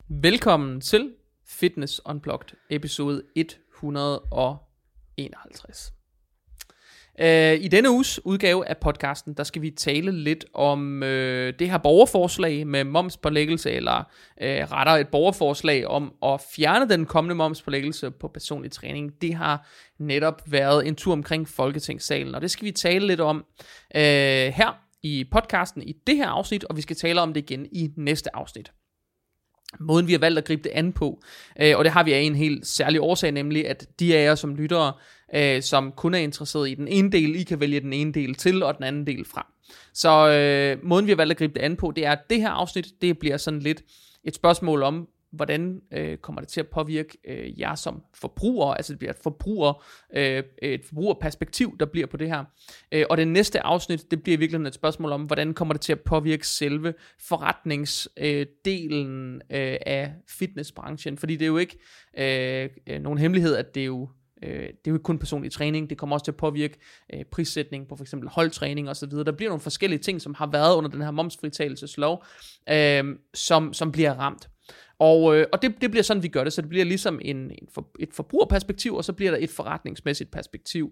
Velkommen til Fitness Unplugged, episode 151. I denne uges udgave af podcasten, der skal vi tale lidt om det her borgerforslag med momspålæggelse, eller rettere et borgerforslag om at fjerne den kommende momspålæggelse på personlig træning. Det har netop været en tur omkring Folketingssalen, og det skal vi tale lidt om her i podcasten i det her afsnit, og vi skal tale om det igen i næste afsnit. Måden vi har valgt at gribe det an på, og det har vi af en helt særlig årsag, nemlig at de af jer som lyttere, som kun er interesseret i den ene del, I kan vælge den ene del til og den anden del fra. Så måden vi har valgt at gribe det an på, det er, at det her afsnit, det bliver sådan lidt et spørgsmål om, hvordan kommer det til at påvirke jer som forbrugere, altså det bliver et forbrugerperspektiv, der bliver på det her. Og det næste afsnit, det bliver virkelig et spørgsmål om, hvordan kommer det til at påvirke selve forretningsdelen af fitnessbranchen, fordi det er jo ikke nogen hemmelighed, at det er jo ikke kun personlig træning, det kommer også til at påvirke prissætning på for eksempel holdtræning og så videre. Der bliver nogle forskellige ting, som har været under den her momsfritagelseslov, som bliver ramt. Og det bliver sådan, vi gør det, så det bliver ligesom et forbrugerperspektiv, og så bliver der et forretningsmæssigt perspektiv.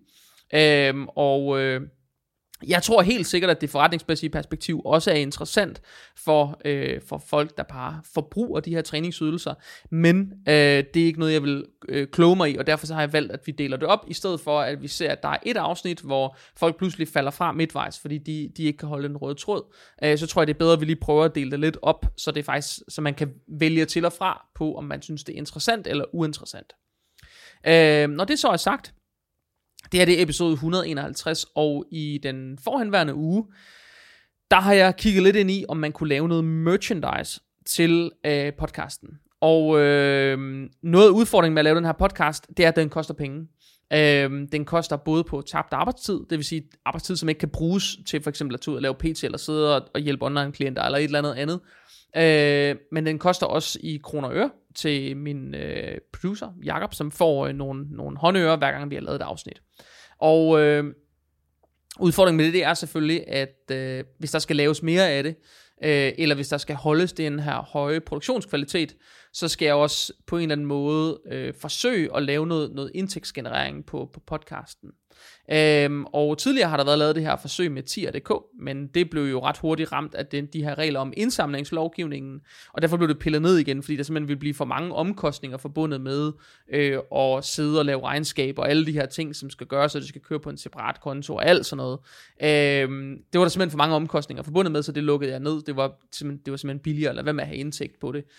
Jeg tror helt sikkert, at det forretningsmæssige perspektiv også er interessant for folk, der bare forbruger de her træningsydelser, men det er ikke noget, jeg vil kloge mig i, og derfor så har jeg valgt, at vi deler det op, i stedet for, at vi ser, at der er et afsnit, hvor folk pludselig falder fra midtvejs, fordi de ikke kan holde en rød tråd. Så tror jeg, det er bedre, at vi lige prøver at dele det lidt op, så det er faktisk, så man kan vælge til og fra på, om man synes, det er interessant eller uinteressant. Når det så er sagt, det her det er episode 151, og i den forhenværende uge, der har jeg kigget lidt ind i, om man kunne lave noget merchandise til podcasten. Og noget af udfordringen med at lave den her podcast, det er, at den koster penge. Den koster både på tabt arbejdstid, det vil sige arbejdstid, som ikke kan bruges til for eksempel at tage ud og lave PT, eller sidde og hjælpe online-klienter, eller et eller andet. Men den koster også i kroner og øre til min producer, Jakob, som får nogle håndøre, hver gang vi har lavet et afsnit. Og udfordringen med det er selvfølgelig, at hvis der skal laves mere af det, eller hvis der skal holdes den her høje produktionskvalitet, så skal jeg også på en eller anden måde forsøge at lave noget indtægtsgenerering på podcasten. Og tidligere har der været lavet det her forsøg med tier.dk, men det blev jo ret hurtigt ramt af de her regler om indsamlingslovgivningen, og derfor blev det pillet ned igen, fordi der simpelthen ville blive for mange omkostninger forbundet med at sidde og lave regnskab og alle de her ting, som skal gøres, så det skal køre på en separat konto og alt sådan noget. Det var der simpelthen for mange omkostninger forbundet med, så det lukkede jeg ned. Det var simpelthen billigere at lade være med at have indtægt på det.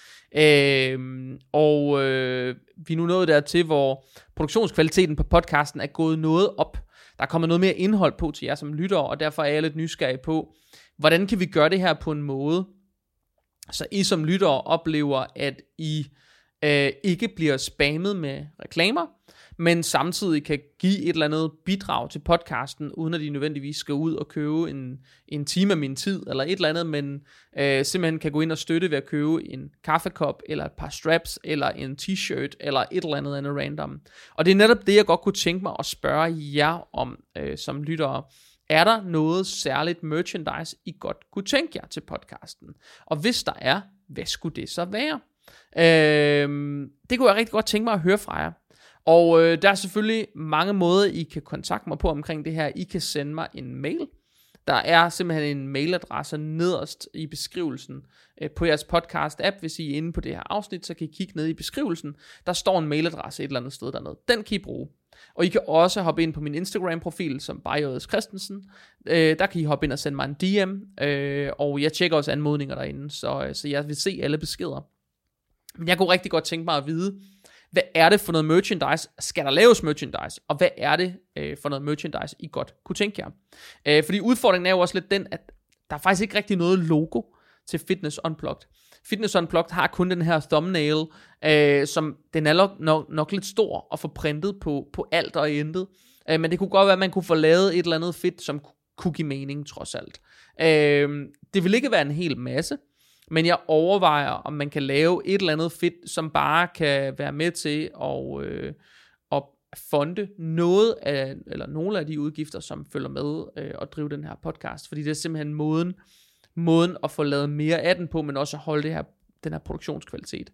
Vi er nu nået dertil, hvor produktionskvaliteten på podcasten er gået noget op. Der er kommet noget mere indhold på til jer som lyttere, og derfor er jeg lidt nysgerrig på, hvordan kan vi gøre det her på en måde, så I som lyttere oplever, at I ikke bliver spammet med reklamer, men samtidig kan give et eller andet bidrag til podcasten, uden at I nødvendigvis skal ud og købe en time af min tid, eller et eller andet, men simpelthen kan gå ind og støtte ved at købe en kaffekop, eller et par straps, eller en t-shirt, eller et eller andet random. Og det er netop det, jeg godt kunne tænke mig at spørge jer om som lyttere. Er der noget særligt merchandise, I godt kunne tænke jer til podcasten? Og hvis der er, hvad skulle det så være? Det kunne jeg rigtig godt tænke mig at høre fra jer. Og der er selvfølgelig mange måder, I kan kontakte mig på omkring det her. I kan sende mig en mail. Der er simpelthen en mailadresse nederst i beskrivelsen på jeres podcast-app. Hvis I er inde på det her afsnit, så kan I kigge ned i beskrivelsen. Der står en mailadresse et eller andet sted dernede. Den kan I bruge. Og I kan også hoppe ind på min Instagram-profil som J.S. Christensen. Der kan I hoppe ind og sende mig en DM. Og jeg tjekker også anmodninger derinde, så jeg vil se alle beskeder. Men jeg kunne rigtig godt tænke mig at vide, hvad er det for noget merchandise? Skal der laves merchandise? Og hvad er det for noget merchandise, I godt kunne tænke jer? Fordi udfordringen er jo også lidt den, at der er faktisk ikke rigtig noget logo til Fitness Unplugged. Fitness Unplugged har kun den her thumbnail, som den er nok lidt stor og få printet på alt og intet. Men det kunne godt være, at man kunne få lavet et eller andet fedt, som kunne give mening trods alt. Det vil ikke være en hel masse, men jeg overvejer, om man kan lave et eller andet fedt, som bare kan være med til at fonde noget af, eller nogle af de udgifter, som følger med at drive den her podcast. Fordi det er simpelthen måden at få lavet mere af den på, men også at holde den her produktionskvalitet.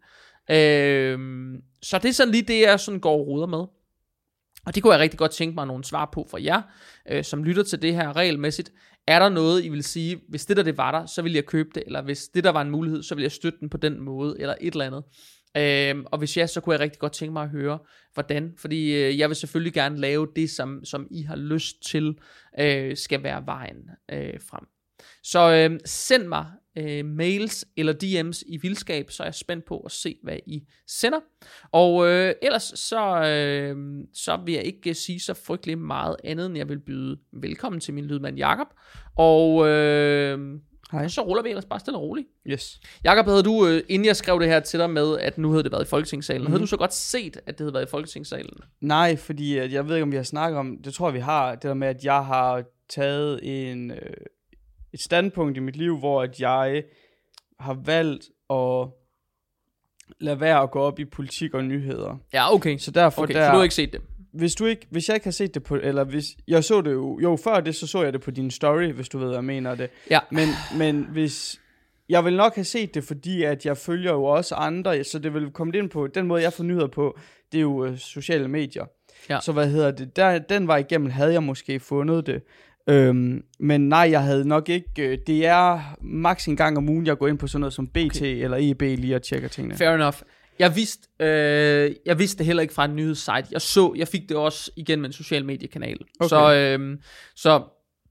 Så det er sådan lige det, jeg sådan går og ruder med. Og det kunne jeg rigtig godt tænke mig nogle svar på fra jer, som lytter til det her regelmæssigt. Er der noget, I vil sige, hvis det det var der, så vil jeg købe det, eller hvis det der var en mulighed, så vil jeg støtte den på den måde, eller et eller andet. Og hvis ja, så kunne jeg rigtig godt tænke mig at høre, hvordan. Fordi jeg vil selvfølgelig gerne lave det, som I har lyst til, skal være vejen frem. Så send mig mails eller DM's i vildskab, så er jeg spændt på at se, hvad I sender. Og ellers så vil jeg ikke sige så frygtelig meget andet, end jeg vil byde velkommen til min lydmand Jakob. Og så ruller vi ellers bare stille og roligt. Yes. Jakob, havde du, inden jeg skrev det her til dig med, at nu havde det været i Folketingssalen, havde du så godt set, at det havde været i Folketingssalen? Nej, fordi jeg ved ikke, om vi har snakket om, det tror jeg, vi har, det der med, at jeg har taget et standpunkt i mit liv, hvor at jeg har valgt at lade være at gå op i politik og nyheder. Ja, okay. Så derfor okay, så du har ikke set det? Hvis jeg ikke har set det på, eller hvis jeg så det jo før det, så jeg det på din story, hvis du ved, hvad jeg mener det. Ja. Men hvis jeg vil nok have set det, fordi at jeg følger jo også andre, så det vil komme ind på den måde, jeg får nyheder på, det er jo sociale medier. Ja. Så den vej igennem havde jeg måske fundet det. Men nej, jeg havde nok ikke. Det er maks en gang om ugen, jeg går ind på sådan noget som BT eller EB lige og tjekker tingene. Fair enough. Jeg vidste det heller ikke fra en nyhedssite. Jeg fik det også igen med en social mediekanal. Okay. Så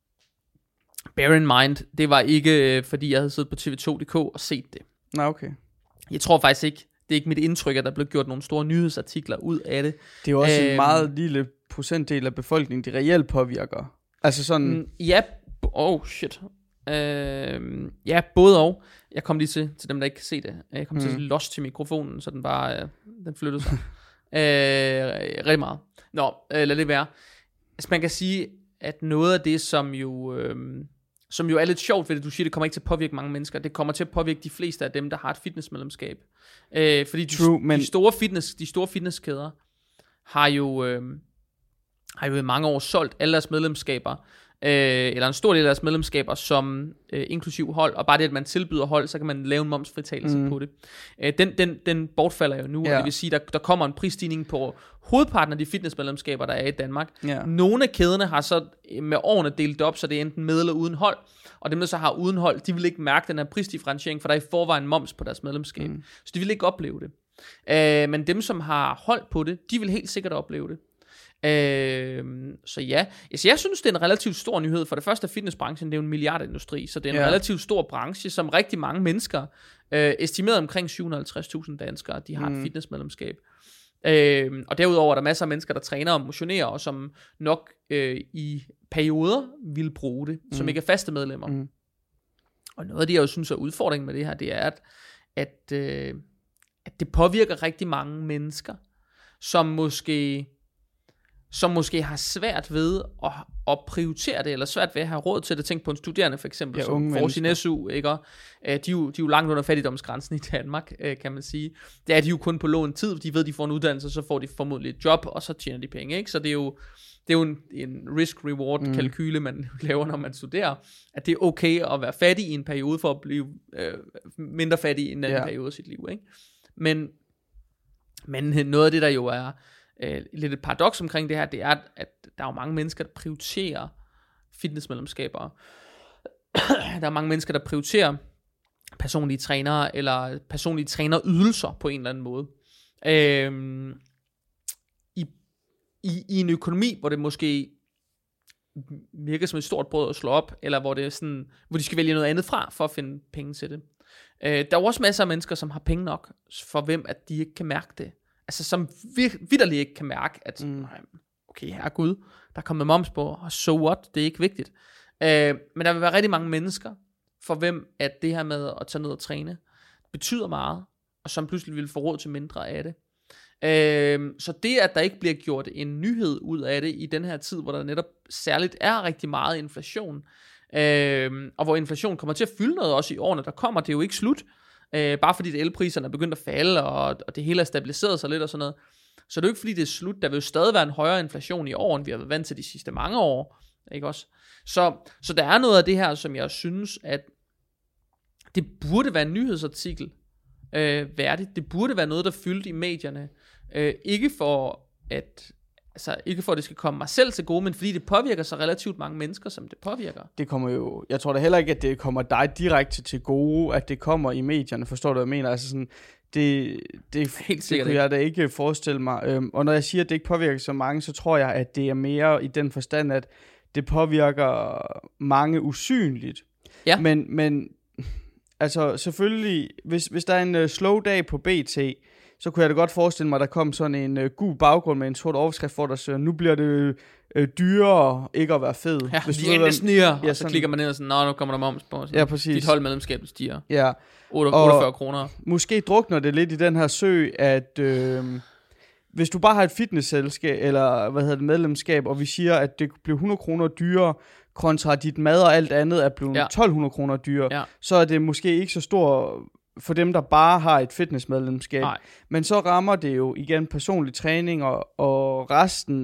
bear in mind, det var ikke fordi jeg havde siddet på TV2.dk og set det. Nej, okay. Jeg tror faktisk ikke, det er ikke mit indtryk, at der blev gjort nogle store nyhedsartikler ud af det. Det er jo også en meget lille procentdel af befolkningen, det reelt påvirker. Altså sådan. Ja, shit. Ja, både og. Jeg kom lige til dem, der ikke kan se det. Jeg kom til lost til mikrofonen, så den bare den flyttede sig. Rigtig meget. Nå, lad det være. Altså man kan sige, at noget af det, som jo er lidt sjovt ved det, du siger, det kommer ikke til at påvirke mange mennesker. Det kommer til at påvirke de fleste af dem, der har et fitnessmedlemskab. Fordi de store fitnesskæder har jo i mange år solgt alle deres medlemskaber, eller en stor del af deres medlemskaber som inklusiv hold, og bare det, at man tilbyder hold, så kan man lave en momsfritagelse på det. Den bortfalder jo nu, og det vil sige, der kommer en prisstigning på hovedparten af de fitnessmedlemskaber, der er i Danmark. Nogle af kæderne har så med årene delt op, så det er enten med eller uden hold, og dem, der så har uden hold, de vil ikke mærke den her prisdifferentiering, for der er i forvejen moms på deres medlemskab. Så de vil ikke opleve det. Men dem, som har hold på det, de vil helt sikkert opleve det. Så ja, jeg synes det er en relativt stor nyhed. For det første er fitnessbranchen, det er jo en milliardindustri, så det er en relativt stor branche, som rigtig mange mennesker, estimeret omkring 750.000 danskere, de har et fitnessmedlemskab. Og derudover er der masser af mennesker, der træner og motionerer, og som nok i perioder vil bruge det, som ikke er faste medlemmer. Og noget af det, jeg jo synes er udfordringen med det her, det er, at det påvirker rigtig mange mennesker, som måske har svært ved at prioritere det, eller svært ved at have råd til det. Tænk på en studerende for eksempel, som får sin SU, ikke? De er jo langt under fattigdomsgrænsen i Danmark, kan man sige. Det er de jo kun på lån tid, de ved, de får en uddannelse, så får de formodentlig et job, og så tjener de penge, ikke? Så det er jo en risk-reward kalkyle, man laver, når man studerer, at det er okay at være fattig i en periode, for at blive mindre fattig i en anden periode af sit liv, ikke? Men noget af det, der jo er lidt et paradoks omkring det her, det er, at der er jo mange mennesker, der prioriterer fitnessmedlemskaber. Der er mange mennesker, der prioriterer personlige trænere, eller personlige trænerydelser på en eller anden måde. I en økonomi, hvor det måske virker som et stort brød at slå op, eller hvor det er sådan, hvor de skal vælge noget andet fra, for at finde penge til det. Der er også masser af mennesker, som har penge nok, for hvem at de ikke kan mærke det. Altså som vitterligt ikke kan mærke, at okay, herregud, der er kommet moms på, og so what, det er ikke vigtigt. Men der vil være rigtig mange mennesker, for hvem at det her med at tage ned og træne, betyder meget, og som pludselig vil få råd til mindre af det. Så det, at der ikke bliver gjort en nyhed ud af det i den her tid, hvor der netop særligt er rigtig meget inflation, og hvor inflation kommer til at fylde noget også i årene, der kommer, det er jo ikke slut. Bare fordi elpriserne er begyndt at falde, og det hele er stabiliseret sig lidt og sådan noget. Så det er jo ikke fordi det er slut. Der vil jo stadig være en højere inflation i år, end vi har været vant til de sidste mange år, ikke også? Så der er noget af det her, som jeg synes, at det burde være en nyhedsartikel værdigt. Det burde være noget, der fyldte i medierne. Ikke for at det skal komme mig selv til gode, men fordi det påvirker så relativt mange mennesker, som det påvirker. Det kommer jo, jeg tror da heller ikke, at det kommer dig direkte til gode, at det kommer i medierne, forstår du, hvad jeg mener? Altså sådan, det helt sikkert kunne jeg da ikke forestille mig. Og når jeg siger, at det ikke påvirker så mange, så tror jeg, at det er mere i den forstand, at det påvirker mange usynligt. Ja. Men altså selvfølgelig, hvis der er en slow dag på BT, så kunne jeg da godt forestille mig, at der kom sådan en gul baggrund med en sort overskrift, hvor der siger, nu bliver det dyrere ikke at være fed. Ja, hvis de endelig sniger, ja, og så klikker man ind og sådan, nu kommer der moms på. Sådan, ja, præcis. Dit holdmedlemskab stiger. Ja. 48 kroner. Måske drukner det lidt i den her sø, at hvis du bare har et fitnessselskab, eller medlemskab, og vi siger, at det bliver 100 kroner dyrere, kontra dit mad og alt andet er blevet 1200 kroner dyrere, så er det måske ikke så stor for dem, der bare har et fitnessmedlemskab. Nej. Men så rammer det jo igen personlig træning og resten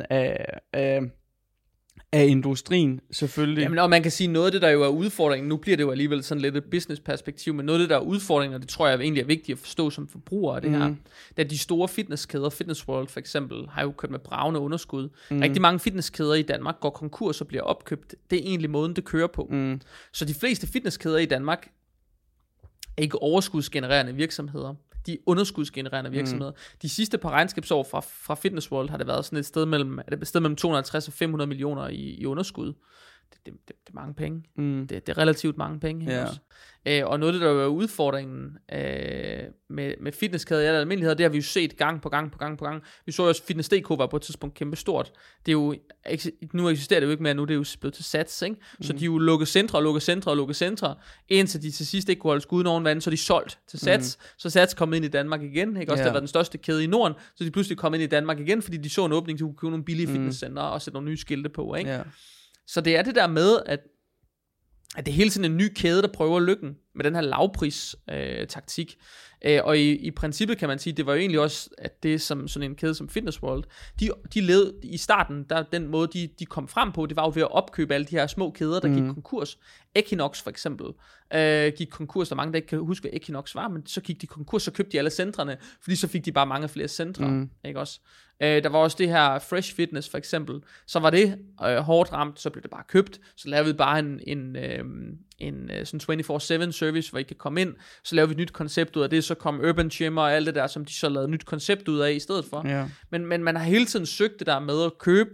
af industrien, selvfølgelig. Jamen, og man kan sige, noget af det, der jo er udfordringen, nu bliver det jo alligevel sådan lidt et business-perspektiv, men noget af det, der er udfordringen, og det tror jeg egentlig er vigtigt at forstå som forbruger af det her, det er, at de store fitnesskæder, Fitness World for eksempel, har jo kørt med bragende underskud. Rigtig mange fitnesskæder i Danmark går konkurs og bliver opkøbt. Det er egentlig måden, det kører på. Så de fleste fitnesskæder i Danmark er ikke overskudsgenererende virksomheder. De er underskudsgenererende virksomheder. De sidste par regnskabsår fra Fitness World har det været sådan et sted mellem 250 og 500 millioner i underskud. Det er mange penge. Det er relativt mange penge. Ja. Også. Og noget af det, der er udfordringen med fitnesskæder i almindelighed, det har vi jo set gang på gang. Vi så jo også, Fitness.dk var på et tidspunkt kæmpe stort. Det er jo, nu eksisterer det jo ikke mere, nu det er jo blevet til Sats, ikke? Så de er jo lukket centre, indtil de til sidst ikke kunne holde skuden oven vand, så de solgt til Sats. Så Sats kom ind i Danmark igen, ikke? Også der var den største kæde i Norden, så de pludselig kom ind i Danmark igen, fordi de så en åbning, så kunne købe nogle billige fitnesscenter og sætte nogle nye skilte på, ikke? Ja. Så det er det der med, at det er hele tiden en ny kæde, der prøver lykken med den her lavpris-taktik. Og i princippet kan man sige, det var jo egentlig også, at det som sådan en kæde som Fitness World, de levede i starten, der den måde, de kom frem på, det var jo ved at opkøbe alle de her små kæder, der gik konkurs. Equinox for eksempel gik konkurs, der mange, der ikke kan huske, hvad Equinox var, men så gik de konkurs, så købte de alle centrene, fordi så fik de bare mange flere centre, ikke også? Der var også det her Fresh Fitness for eksempel, så var det hårdt ramt, så blev det bare købt, så lavede vi bare en sådan 24/7 service, hvor I kan komme ind, så lavede vi et nyt koncept ud af det, så kom Urban Gym og alt det der, som de så lavede et nyt koncept ud af i stedet for. Ja. Men man har hele tiden søgt det der med at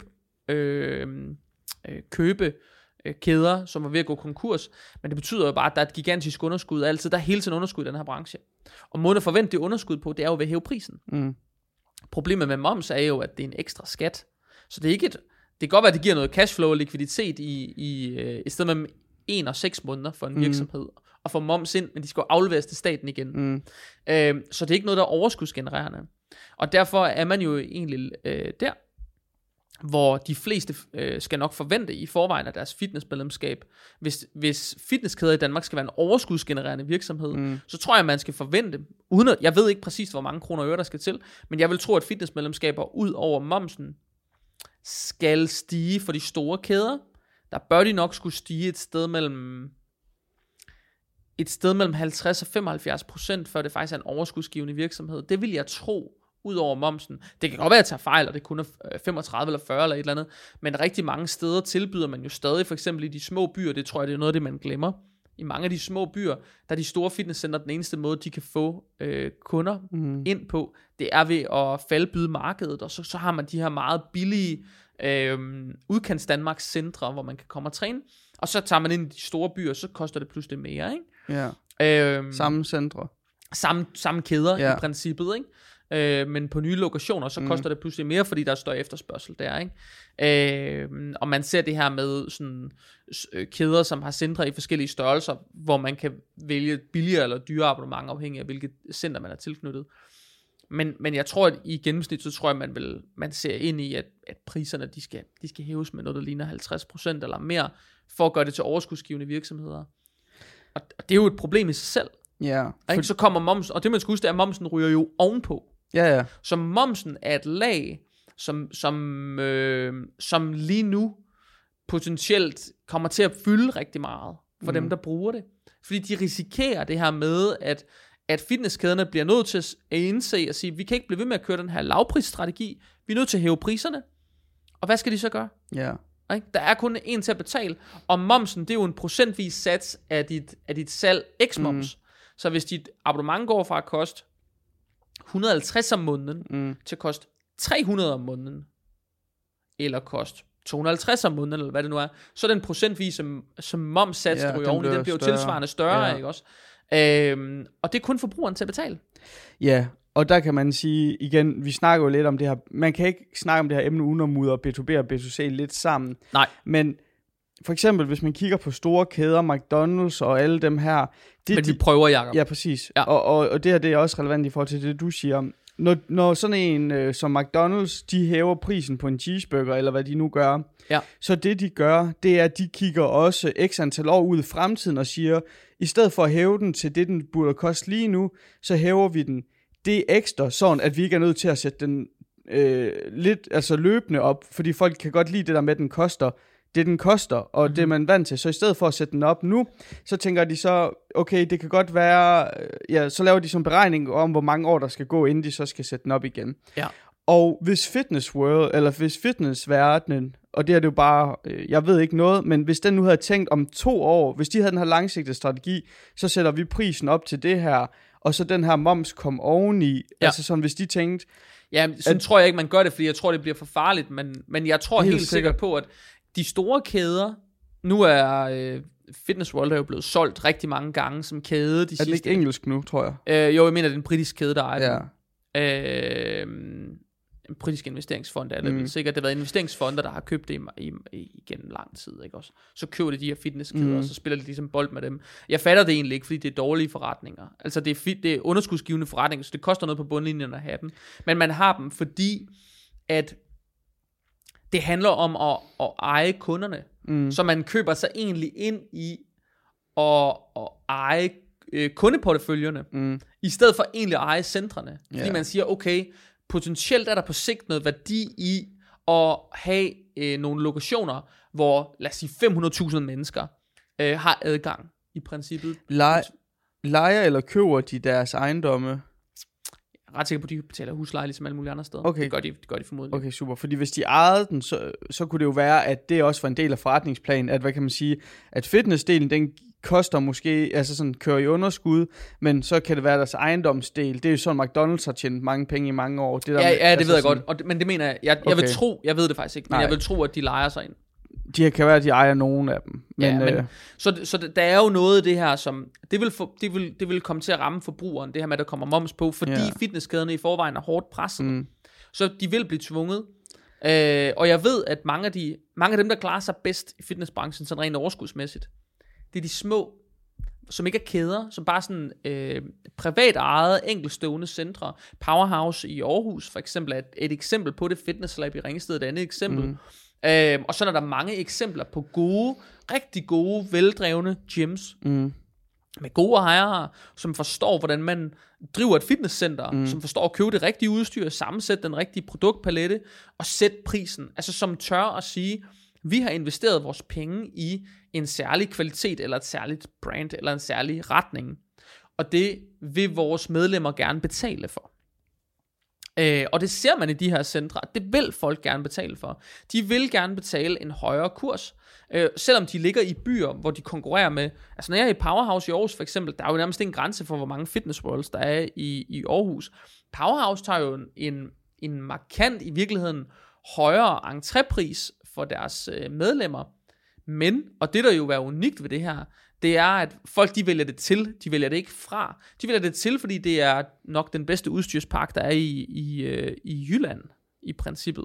købe kæder, som var ved at gå konkurs, men det betyder jo bare, at der er et gigantisk underskud altid. Der er hele tiden underskud i den her branche. Og måden at forvente det underskud på, det er jo ved at hæve prisen. Problemet med moms er jo, at det er en ekstra skat. Så det er ikke det kan godt være, at det giver noget cashflow og likviditet i stedet mellem 1 og 6 måneder for en virksomhed, og få moms ind, men de skal jo afleveres til staten igen. Så det er ikke noget, der er overskudsgenererende. Og derfor er man jo egentlig der, hvor de fleste skal nok forvente i forvejen af deres fitnessmedlemskab. Hvis fitnesskæder i Danmark skal være en overskudsgenererende virksomhed, så tror jeg, man skal forvente, uden at, jeg ved ikke præcis, hvor mange kroner og øre der skal til, men jeg vil tro, at fitnessmedlemskaber ud over momsen skal stige for de store kæder. Der bør de nok skulle stige et sted mellem 50 og 75%, før det faktisk er en overskudsgivende virksomhed. Det vil jeg tro, ud over momsen. Det kan godt være, at jeg tager fejl, og det kun er 35 eller 40 eller et eller andet, men rigtig mange steder tilbyder man jo stadig, for eksempel i de små byer, det tror jeg, det er noget af det, man glemmer. I mange af de små byer, der er de store fitnesscenter den eneste måde, de kan få kunder ind på, det er ved at faldbyde markedet, og så har man de her meget billige udkants Danmarks centre, hvor man kan komme og træne, og så tager man ind i de store byer, så koster det pludselig mere, ikke? Ja. Samme centre. Samme kæder i princippet, ikke? Men på nye lokationer, så koster det pludselig mere, fordi der er større efterspørgsel der, ikke? Og man ser det her med sådan kæder, som har centre i forskellige størrelser, hvor man kan vælge billigere eller dyre abonnement, afhængig af hvilket center man er tilknyttet. Men jeg tror, at i gennemsnit, så tror jeg, man ser ind i, at priserne, de skal hæves med noget, der ligner 50% eller mere, for at gøre det til overskudsgivende virksomheder. Og det er jo et problem i sig selv. Ja. Så kommer momsen, og det man skal huske, er, at momsen ryger jo ovenpå. Ja. Så momsen er et lag, som lige nu potentielt kommer til at fylde rigtig meget for dem, der bruger det. Fordi de risikerer det her med, at fitnesskæderne bliver nødt til at indse og sige, vi kan ikke blive ved med at køre den her lavprisstrategi, vi er nødt til at hæve priserne. Og hvad skal de så gøre? Ja. Ikke? Der er kun en til at betale, og momsen, det er jo en procentvis sats af dit salg x-moms. Så hvis dit abonnement går fra at koste 150 om måneden, til at koste 300 om måneden, eller koste 250 om måneden, eller hvad det nu er, så er den procentvis, som momssats ryger oven i, den bliver jo tilsvarende større, ikke også? Og det er kun forbrugeren til at betale. Ja, og der kan man sige, igen, vi snakker jo lidt om det her, man kan ikke snakke om det her emne uden at mudre B2B og B2C lidt sammen. Nej. Men for eksempel, hvis man kigger på store kæder, McDonald's og alle dem her. Men vi prøver, Jacob. Ja, præcis. Ja. Og det her, det er også relevant i forhold til det, du siger. Når sådan en som McDonald's, de hæver prisen på en cheeseburger, eller hvad de nu gør, så det de gør, det er, at de kigger også x antal år ud i fremtiden og siger, i stedet for at hæve den til det, den burde koste lige nu, så hæver vi den det ekstra, sådan at vi ikke er nødt til at sætte den lidt altså løbende op, fordi folk kan godt lide det der med, at den koster det, den koster, og det er man vant til. Så i stedet for at sætte den op nu, så tænker de så, okay, det kan godt være, så laver de sådan en beregning om, hvor mange år der skal gå, inden de så skal sætte den op igen. Ja. Og hvis hvis fitnessverdenen, og det er det jo bare, jeg ved ikke noget, men hvis den nu havde tænkt om 2 år, hvis de havde den her langsigtede strategi, så sætter vi prisen op til det her, og så den her moms kom oveni, altså sådan, hvis de tænkte... Ja, sådan tror jeg ikke, man gør det, fordi jeg tror, det bliver for farligt, men jeg tror helt sikkert på, at de store kæder, nu er Fitness World jo blevet solgt rigtig mange gange som kæde. Er det ikke engelsk nu, tror jeg? Jo, jeg mener, det er en britisk kæde, der ejer den. En britisk investeringsfond er det sikkert. Det har været investeringsfonder, der har købt det igennem lang tid, ikke også? Så køber de her fitnesskæder, og så spiller de ligesom bold med dem. Jeg fatter det egentlig ikke, fordi det er dårlige forretninger. Altså det er underskudsgivende forretninger, så det koster noget på bundlinjen at have dem. Men man har dem, fordi at det handler om at eje kunderne. Så man køber sig egentlig ind i at eje kundeporteføljerne, i stedet for egentlig at eje centrene. Fordi man siger, okay, potentielt er der på sigt noget værdi i at have nogle lokationer, hvor, lad os sige, 500.000 mennesker har adgang i princippet. Lejer eller køber de deres ejendomme? Jeg er ret sikker på, at de betaler husleje ligesom alle mulige andre steder. Okay. Det gør de formodentlig. Okay, super. Fordi hvis de ejede den, så kunne det jo være, at det også var en del af forretningsplanen, at hvad kan man sige, at fitnessdelen, den koster måske, altså sådan kører i underskud, men så kan det være deres ejendomsdel. Det er jo sådan, McDonald's har tjent mange penge i mange år. Det der det ved jeg godt, men det mener jeg, jeg vil tro, jeg ved det faktisk ikke, men jeg vil tro, at de lejer sig ind. De kan være, at de ejer nogen af dem. Men, så der er jo noget af det her, som det vil komme til at ramme forbrugeren, det her med, at der kommer moms på, fordi fitnesskæderne i forvejen er hårdt presset. Så de vil blive tvunget. Og jeg ved, at mange af dem, der klarer sig bedst i fitnessbranchen, sådan rent overskudsmæssigt, det er de små, som ikke er kæder, som bare sådan privat ejede, enkeltstående centre. Powerhouse i Aarhus for eksempel er et eksempel på det. Fitness Lab i Ringsted er et andet eksempel. Og så er der mange eksempler på rigtig gode, veldrevne gyms, med gode ejere, som forstår, hvordan man driver et fitnesscenter, som forstår at købe det rigtige udstyr, sammensætte den rigtige produktpalette, og sætte prisen. Altså som tør at sige, vi har investeret vores penge i en særlig kvalitet, eller et særligt brand, eller en særlig retning. Og det vil vores medlemmer gerne betale for. Og det ser man i de her centre, det vil folk gerne betale for. De vil gerne betale en højere kurs, selvom de ligger i byer, hvor de konkurrerer med, altså når jeg er i Powerhouse i Aarhus for eksempel, der er jo nærmest en grænse for, hvor mange fitness worlds der er i Aarhus. Powerhouse tager jo en markant, i virkeligheden, højere entrépris for deres medlemmer, men, og det der jo er unikt ved det her, det er, at folk de vælger det til, de vælger det ikke fra. De vælger det til, fordi det er nok den bedste udstyrspark, der er i Jylland, i princippet.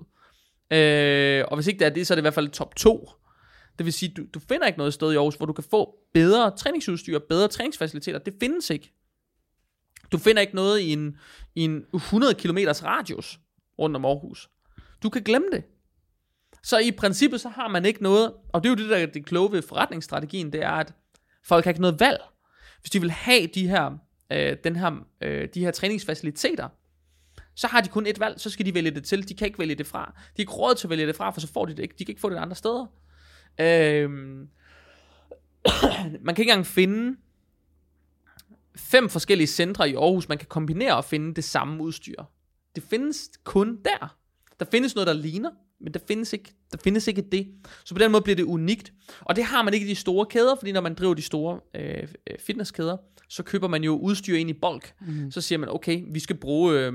Og hvis ikke det er det, så er det i hvert fald top 2. Det vil sige, du finder ikke noget sted i Aarhus, hvor du kan få bedre træningsudstyr, bedre træningsfaciliteter. Det findes ikke. Du finder ikke noget i en 100 km radius rundt om Aarhus. Du kan glemme det. Så i princippet, så har man ikke noget, og det er jo det, der er det kloge ved forretningsstrategien, det er, at folk har ikke noget valg. Hvis de vil have de her træningsfaciliteter, så har de kun et valg, så skal de vælge det til. De kan ikke vælge det fra. De har ikke råd til at vælge det fra, for så får de det ikke. De kan ikke få det andre steder. Man kan ikke engang finde 5 forskellige centre i Aarhus, man kan kombinere og finde det samme udstyr. Det findes kun der. Der findes noget, der ligner, men der findes ikke det. Så på den måde bliver det unikt. Og det har man ikke i de store kæder, fordi når man driver de store fitnesskæder, så køber man jo udstyr ind i bulk. Så siger man, okay, vi skal bruge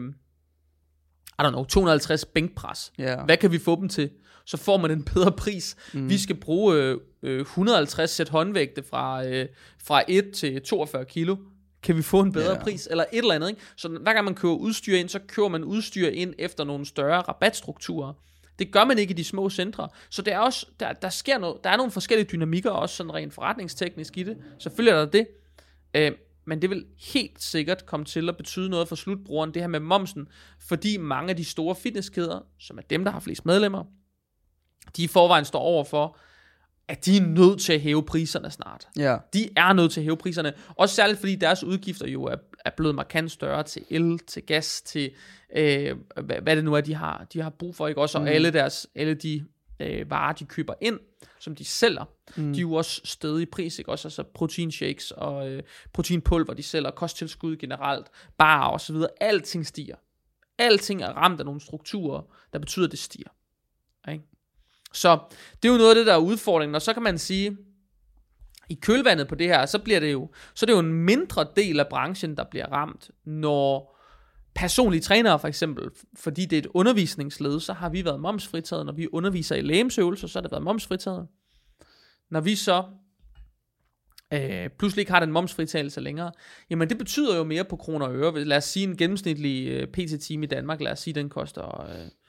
250 bænkpres. Yeah. Hvad kan vi få dem til? Så får man en bedre pris. Vi skal bruge 150 sæt håndvægte fra 1 til 42 kilo. Kan vi få en bedre pris? Eller et eller andet, ikke? Så hver gang man køber udstyr ind, så køber man udstyr ind efter nogle større rabatstrukturer. Det gør man ikke i de små centre. Så det er også, der sker noget. Der er nogle forskellige dynamikker, også sådan rent forretningsteknisk i det. Selvfølgelig er der det. Men det vil helt sikkert komme til at betyde noget for slutbrugeren, det her med momsen, fordi mange af de store fitnesskæder, som er dem, der har flest medlemmer, de i forvejen står over for, at de er nødt til at hæve priserne snart. Ja. De er nødt til at hæve priserne. Også særligt, fordi deres udgifter jo er blevet markant større til el, til gas, til hvad det nu er, de har brug for. Ikke? Også alle de varer, de køber ind, som de sælger, de er jo også steget i pris. Ikke? Også altså proteinshakes og proteinpulver, de sælger, kosttilskud generelt, barer og så videre. Alting stiger. Alting er ramt af nogle strukturer, der betyder, at det stiger. Ikke? Så det er jo noget af det, der er udfordringen. Og så kan man sige, i kølvandet på det her, så er det jo en mindre del af branchen, der bliver ramt, når personlige trænere for eksempel, fordi det er et undervisningsled, så har vi været momsfritaget. Når vi underviser i legemsøvelser, så har det været momsfritaget. Når vi så pludselig ikke har den momsfritagelse længere, jamen det betyder jo mere på kroner og øre. Lad os sige en gennemsnitlig PT-time i Danmark, lad os sige den koster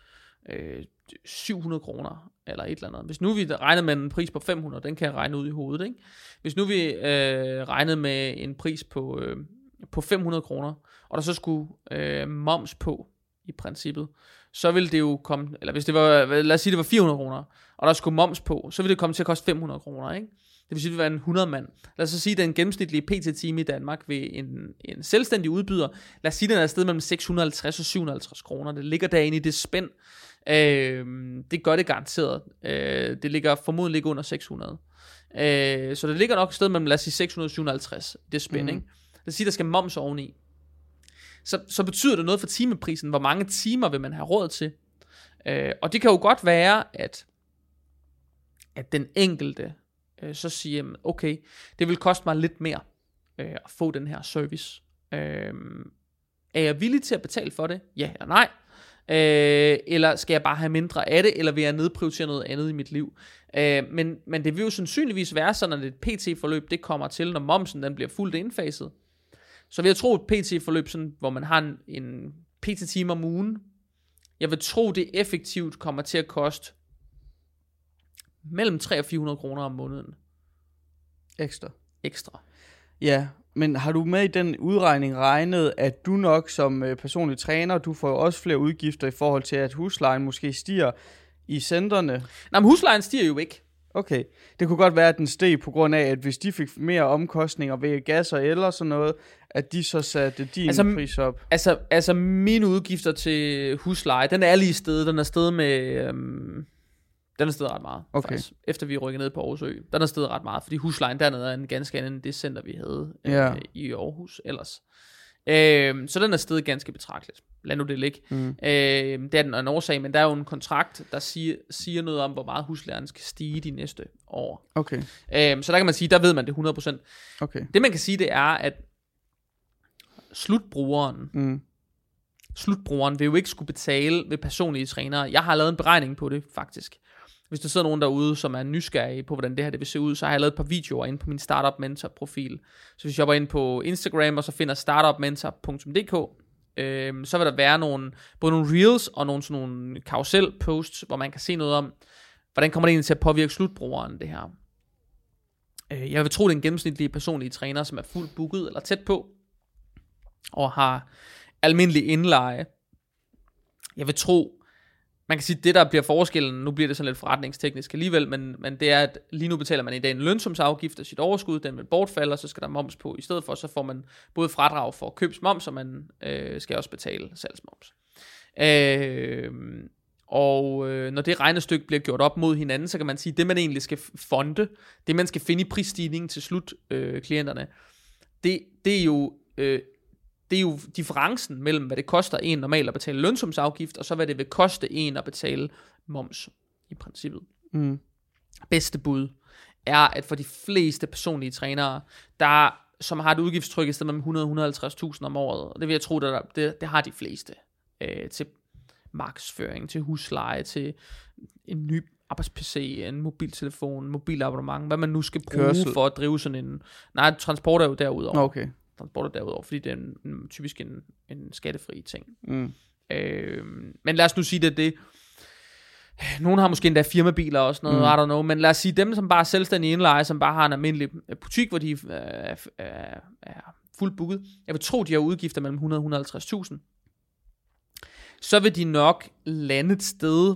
700 kroner eller et eller andet. Hvis nu vi regnede med en pris på 500, den kan jeg regne ud i hovedet, ikke? Hvis nu vi regnede med en pris på 500 kroner, og der så skulle moms på i princippet, så ville det jo komme, eller hvis det var, lad os sige det var 400 kroner, og der skulle moms på, så ville det komme til at koste 500 kroner, ikke? Det vil sige, det vil være en 100 mand. Lad os så sige, at den gennemsnitlige PT-time i Danmark ved en selvstændig udbyder, lad os sige, den er afsted mellem 650 og 750 kroner. Det ligger derinde i det spænd. Det gør det garanteret. Det ligger formodentlig ikke under 600. Så det ligger nok et sted mellem, lad os sige, 600 og 750. Det spænd, ikke? Lad os sige, der skal moms oveni. Så betyder det noget for timeprisen. Hvor mange timer vil man have råd til? Og det kan jo godt være, at den enkelte så siger, okay, det vil koste mig lidt mere at få den her service. Er jeg villig til at betale for det? Ja eller nej? Eller skal jeg bare have mindre af det, eller vil jeg nedprioritere noget andet i mit liv? Men det vil jo sandsynligvis være sådan, at et PT-forløb, det kommer til, når momsen den bliver fuldt indfaset. Så vil jeg tro, et PT-forløb, sådan, hvor man har en PT-time om ugen, jeg vil tro, det effektivt kommer til at koste mellem 300 og 400 kroner om måneden. Ekstra. Ja, men har du med i den udregning regnet, at du nok som personlig træner, du får jo også flere udgifter i forhold til, at huslejen måske stiger i centrene? Nej, men huslejen stiger jo ikke. Okay, det kunne godt være, at den steg på grund af, at hvis de fik mere omkostninger ved gas og el og sådan noget, at de så satte din pris op. Altså mine udgifter til husleje, den er lige stedet. Den er stedet med... Den er stedet ret meget, faktisk, efter vi rykkede ned på Aarhus Ø. Den er stedet ret meget, fordi huslejen dernede er en ganske anden end det center, vi havde i Aarhus ellers. Så den er stedet ganske betragteligt. Lad nu det ligge. Det er en årsag, men der er jo en kontrakt, der siger noget om, hvor meget huslejen skal stige de næste år. Okay. Så der kan man sige, der ved man det 100%. Okay. Det man kan sige, det er, at slutbrugeren vil jo ikke skulle betale ved personlige trænere. Jeg har lavet en beregning på det, faktisk. Hvis der sidder nogen derude, som er nysgerrige på, hvordan det her det vil se ud, så har jeg lavet et par videoer inde på min Startup Mentor profil. Så hvis jeg hopper ind på Instagram, og så finder startupmentor.dk, så vil der være både nogle reels og nogle carousel posts, hvor man kan se noget om, hvordan kommer det egentlig til at påvirke slutbrugeren, det her. Jeg vil tro, det er en gennemsnitlig personlige træner, som er fuldt booket eller tæt på, og har almindelig indleje. Jeg vil tro, man kan sige, det der bliver forskellen, nu bliver det sådan lidt forretningsteknisk alligevel, men det er, at lige nu betaler man i dag en lønsumsafgift af sit overskud, den vil bortfalde, og så skal der moms på. I stedet for, så får man både fradrag for købsmoms, og man skal også betale salgsmoms. Når det regnestykke bliver gjort op mod hinanden, så kan man sige, at det man egentlig skal fonde, det man skal finde i prisstigningen til slutklienterne, det er jo det er jo differencen mellem, hvad det koster en normalt at betale lønsumsafgift, og så hvad det vil koste en at betale moms, i princippet. Bedste bud er, at for de fleste personlige trænere, som har et udgiftstryk i stedet mellem 100-150.000 om året, og det vil jeg tro, det har de fleste, til markedsføring, til husleje, til en ny arbejds-PC, en mobiltelefon, mobilabonnement, hvad man nu skal bruge Kørsel. For at drive sådan en... Nej, transport er jo derudover. Okay. Transport er derudover, fordi det er typisk en skattefri ting. Men lad os nu sige det. Nogle har måske endda firmabiler og sådan noget, I don't know, men lad os sige dem, som bare er selvstændige indleje, som bare har en almindelig butik, hvor de er fuldt booket. Jeg vil tro, de har udgifter mellem 100 og 150.000. Så vil de nok lande et sted,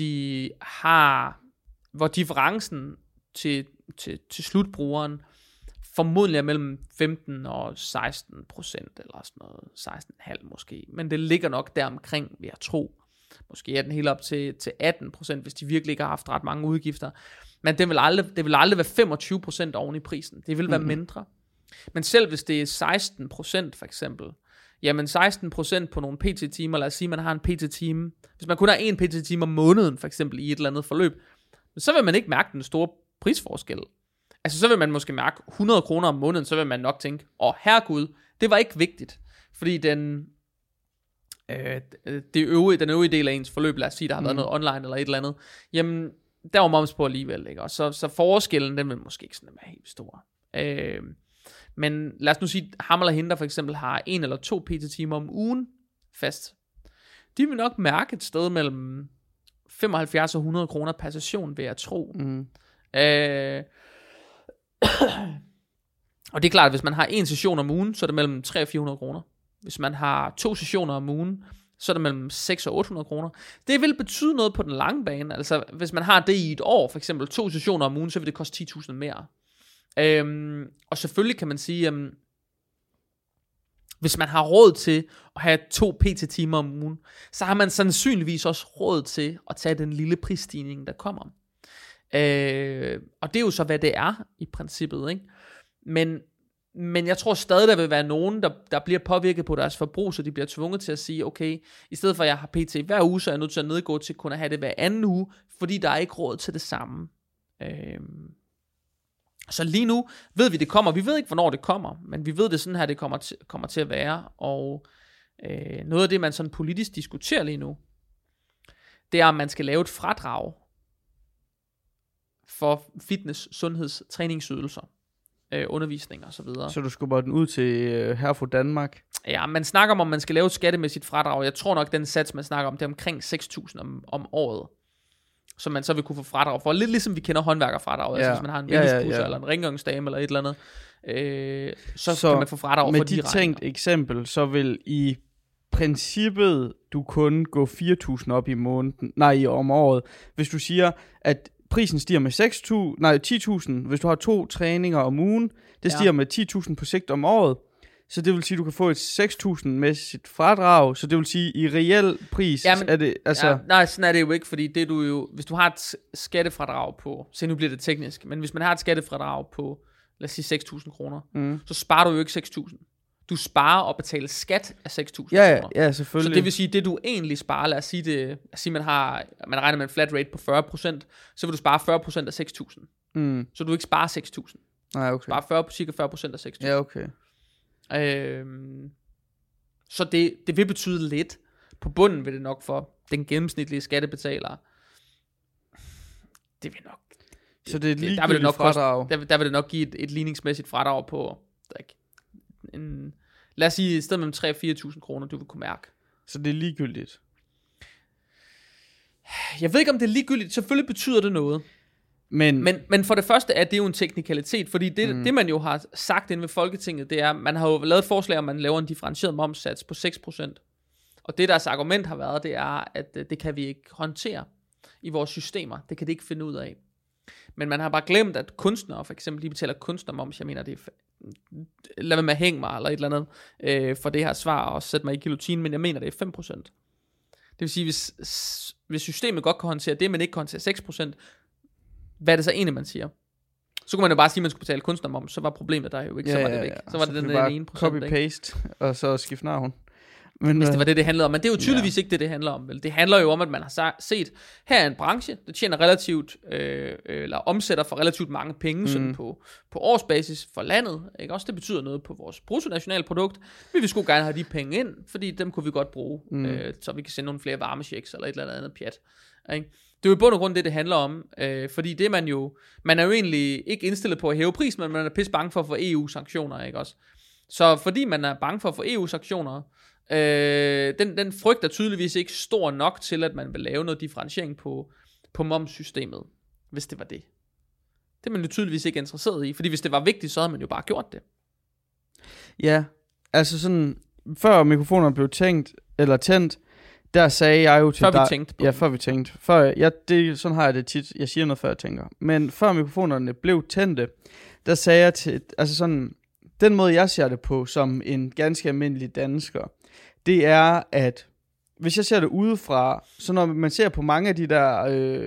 hvor differencen til slutbrugeren formodentlig er mellem 15 og 16%, eller sådan noget, 16,5 måske. Men det ligger nok deromkring, vil jeg tro. Måske er den helt op til 18%, hvis de virkelig ikke har haft ret mange udgifter. Men det vil aldrig være 25% oven i prisen. Det vil være mindre. Men selv hvis det er 16% for eksempel, jamen 16% på nogle PT-timer, lad os sige, man har en PT-time. Hvis man kun har en PT-time om måneden, for eksempel i et eller andet forløb, så vil man ikke mærke den store prisforskel. Altså så vil man måske mærke 100 kroner om måneden, så vil man nok tænke, herregud, det var ikke vigtigt. Fordi den øvrige del af ens forløb, lad os sige, der har været noget online eller et eller andet, jamen der var moms på alligevel, ikke? Og så forskellen, den vil måske ikke sådan være helt stor. Men lad os nu sige, Hammer og Hinder for eksempel har 1 eller 2 PT-timer om ugen fast. De vil nok mærke et sted mellem 75 og 100 kroner per session, vil jeg tro. Og det er klart, at hvis man har 1 session om ugen, så er det mellem 300 og 400 kroner. Hvis man har 2 sessioner om ugen, så er det mellem 600 og 800 kroner. Det vil betyde noget på den lange bane. Altså, hvis man har det i et år, for eksempel 2 sessioner om ugen, så vil det koste 10.000 mere. Og selvfølgelig kan man sige, hvis man har råd til at have 2 PT-timer om ugen, så har man sandsynligvis også råd til at tage den lille prisstigning, der kommer. Og det er jo så, hvad det er i princippet, ikke? Men jeg tror stadig, der vil være nogen, der bliver påvirket på deres forbrug, så de bliver tvunget til at sige, okay, i stedet for at jeg har PT hver uge, så er jeg nødt til at nedgå til kun at have det hver anden uge, fordi der er ikke råd til det samme. Så lige nu ved vi, det kommer. Vi ved ikke, hvornår det kommer, men vi ved det sådan her, det kommer til at være. Og noget af det, man sådan politisk diskuterer lige nu, det er, om man skal lave et fradrag for fitness, sundheds, træningsydelser, undervisning og så videre. Så du skubber den ud til Herfru Danmark? Ja, man snakker om man skal lave et skattemæssigt fradrag. Jeg tror nok, den sats, man snakker om, det er omkring 6.000 om året, som man så vil kunne få fradrag for. Lidt ligesom vi kender håndværkerfradrag. Altså hvis man har en vinduespudser eller en rengøringsdame eller et eller andet, så kan man få fradrag for de regninger. Med dit tænkt eksempel, så vil i princippet du kun gå 4.000 op om året. Hvis du siger, at prisen stiger med 10.000, hvis du har 2 træninger om ugen, det stiger med 10.000 på sigt om året, så det vil sige, at du kan få et 6.000 med sit fradrag, så det vil sige, i reel pris er det, altså... nej, sådan er det jo ikke, fordi det du jo, hvis du har et skattefradrag på, se nu bliver det teknisk, men hvis man har et skattefradrag på, lad os sige 6.000 kroner, så sparer du jo ikke 6.000. Du sparer og betaler skat af 6.000 kroner. Ja, selvfølgelig. Så det vil sige, det du egentlig sparer, lad os sige, man regner med en flat rate på 40%, så vil du spare 40% af 6.000. Så du ikke sparer 6.000. Nej, okay. Sparer cirka 40% af 6.000. Ja, okay. Så det vil betyde lidt. På bunden vil det nok for den gennemsnitlige skattebetaler. Det vil nok. Så det er et ligegyldigt fradrag. Der vil det nok give et ligningsmæssigt fradrag på lad os sige, i stedet mellem 3.000 og 4.000 kroner, du vil kunne mærke. Så det er ligegyldigt? Jeg ved ikke, om det er ligegyldigt. Selvfølgelig betyder det noget. Men for det første er det jo en teknikalitet, fordi det man jo har sagt inde ved Folketinget, det er, man har jo lavet et forslag om, man laver en differentieret momssats på 6%. Og det deres argument har været, det er, at det kan vi ikke håndtere i vores systemer. Det kan det ikke finde ud af. Men man har bare glemt, at kunstnere, for eksempel, de betaler kunstnermoms. Jeg mener, det er lad mig med at hænge mig, eller et eller andet, for det her svar, og sætte mig i guillotine, men jeg mener, det er 5%. Det vil sige, hvis systemet godt kan håndtere det, men ikke kan håndtere 6%, hvad er det så egentlig, man siger? Så kunne man jo bare sige, at man skulle betale kunstnermoms, så var problemet der jo ikke, så var det væk. Så var det den der ene procent, copy-paste, og så skifte navn. Men, hvis det var det handlede om. Men det er jo tydeligvis ikke det handler om. Vel? Det handler jo om, at man har set, her er en branche, der tjener relativt, eller omsætter for relativt mange penge sådan på årsbasis for landet. Ikke? Også det betyder noget på vores bruttonationalprodukt. Vi vil sgu gerne have de penge ind, fordi dem kunne vi godt bruge, så vi kan sende nogle flere varmechecks eller et eller andet pjat. Ikke? Det er jo i bund og grund det handler om, fordi det man er jo egentlig ikke indstillet på at hæve prisen, men man er pisse bange for at få EU-sanktioner, ikke også? Så fordi man er bange for at få EU-sanktioner, den frygt er tydeligvis ikke stor nok til, at man vil lave noget differentiering på momssystemet, hvis det var det. Det er man jo tydeligvis ikke interesseret i, fordi hvis det var vigtigt, så havde man jo bare gjort det. Ja, altså sådan, før mikrofonerne blev tændt, der sagde jeg jo til dig... Før vi tænkte. Sådan har jeg det tit. Jeg siger noget, før jeg tænker. Men før mikrofonerne blev tændte, der sagde jeg til... Altså sådan, den måde, jeg ser det på, som en ganske almindelig dansker, det er, at hvis jeg ser det udefra, så når man ser på mange af de der...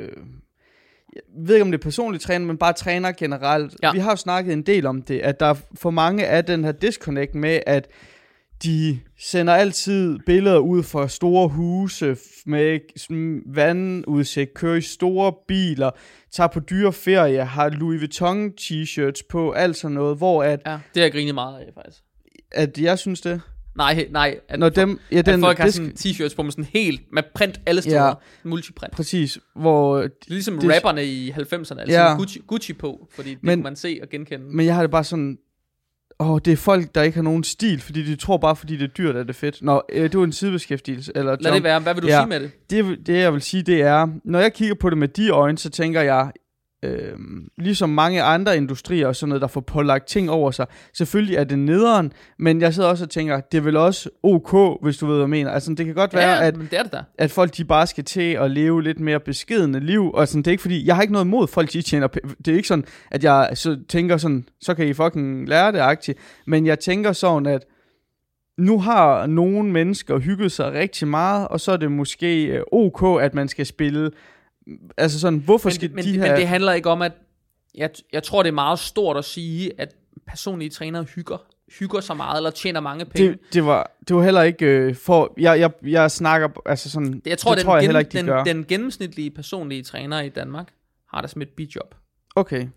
jeg ved ikke, om det er personlige træner, men bare træner generelt. Ja. Vi har jo snakket en del om det, at der er for mange af den her disconnect med, at de sender altid billeder ud fra store huse med vandudsigt, kører i store biler, tager på dyre ferie, har Louis Vuitton t-shirts på, alt sådan noget, hvor at... Ja, det er jeg griner meget af, faktisk. At jeg synes det? Nej. At, når dem, ja, at folk har sådan t-shirts på med sådan helt, med print alle steder, multiprint. Præcis, hvor... Det er ligesom rapperne i 90'erne, altså Gucci på, fordi det kan man se og genkende. Men jeg har det bare sådan... det er folk, der ikke har nogen stil, fordi de tror bare, fordi det er dyrt, at det er fedt. Det var en sidebeskæftigelse. Eller lad det være. Hvad vil du sige med det? Det, jeg vil sige, det er, når jeg kigger på det med de øjne, så tænker jeg, ligesom mange andre industrier og sådan noget, der får pålagt ting over sig, selvfølgelig er det nederen, men jeg sidder også og tænker, det er vel også ok, hvis du ved, hvad jeg mener. Altså, det kan godt være, at folk de bare skal til at leve lidt mere beskedne liv, og sådan, det er ikke fordi, jeg har ikke noget imod folk, de tjener det er ikke sådan, at jeg så tænker sådan, så kan I fucking lære det aktivt, men jeg tænker sådan, at nu har nogle mennesker hygget sig rigtig meget, og så er det måske ok, at man skal spille. Altså sådan, hvorfor skal de her... Men det handler ikke om, at... Jeg tror, det er meget stort at sige, at personlige trænere hygger så meget, eller tjener mange penge. Det var heller ikke for... Jeg snakker... Altså sådan, jeg heller ikke, de gør. Den gennemsnitlige personlige træner i Danmark har det som et bidjob. Okay.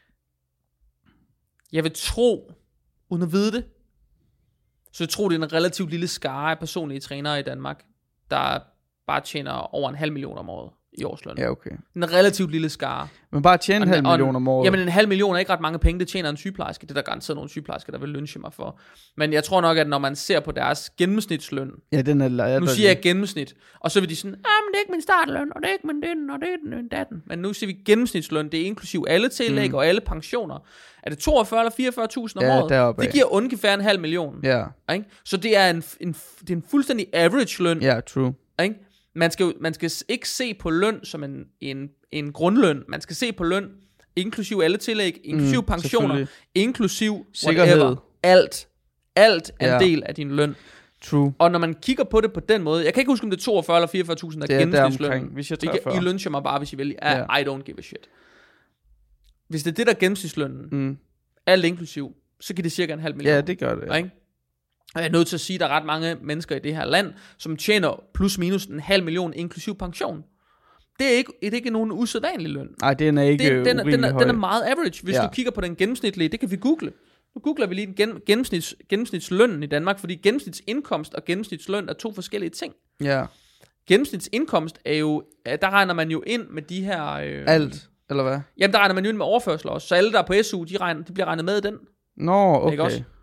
Jeg vil tro, uden at vide det, så jeg tror, det er en relativt lille skare af personlige trænere i Danmark, der bare tjener over 500.000 om året i årsløn. Ja, okay. En relativt lille skare. Men bare tjene 500.000 om året. Jamen 500.000 er ikke ret mange penge, det tjener en sygeplejerske. Det er der garanteret nogle sygeplejersker, der vil lynche mig for. Men jeg tror nok, at når man ser på deres gennemsnitsløn, ja, den er nu siger jeg gennemsnit, og så vil de sådan, men det er ikke min startløn, og det er ikke min den, og det er den datten. Men nu siger vi gennemsnitsløn, det er inklusiv alle tillæg og alle pensioner. Er det 42 eller 44.000 om året? Deroppe. Det giver ungefær 500.000. Ja. Ikke? Så det er en fuldstændig average løn. Ja, true. Ikke? Man skal ikke se på løn som en grundløn. Man skal se på løn inklusiv alle tillæg, inklusiv pensioner, inklusiv sikkerhed. Alt er en del af din løn. True. Og når man kigger på det på den måde, jeg kan ikke huske om det er 42 eller 44.000 der er gennemsnitsløn. Hvis jeg 43. I lyncher mig bare, hvis I vil. I don't give a shit. Hvis det er det der er gennemsnitslønnen, alt inklusiv, så giver det cirka 500.000. Ja, det gør det. Ikke? Og jeg er nødt til at sige, at der er ret mange mennesker i det her land, som tjener plus minus 500.000 inklusiv pension. Det er ikke nogen usædvanlig løn. Nej, den er ikke den er meget average. Hvis du kigger på den gennemsnitlige, det kan vi google. Nu googler vi lige den gennemsnitslønnen i Danmark, fordi gennemsnitsindkomst og gennemsnitsløn er to forskellige ting. Ja. Gennemsnitsindkomst er jo, der regner man jo ind med de her... alt, eller hvad? Jamen, der regner man jo ind med overførsler også. Så alle, der er på SU, de bliver regnet med i den. Nå, okay. Ikke også?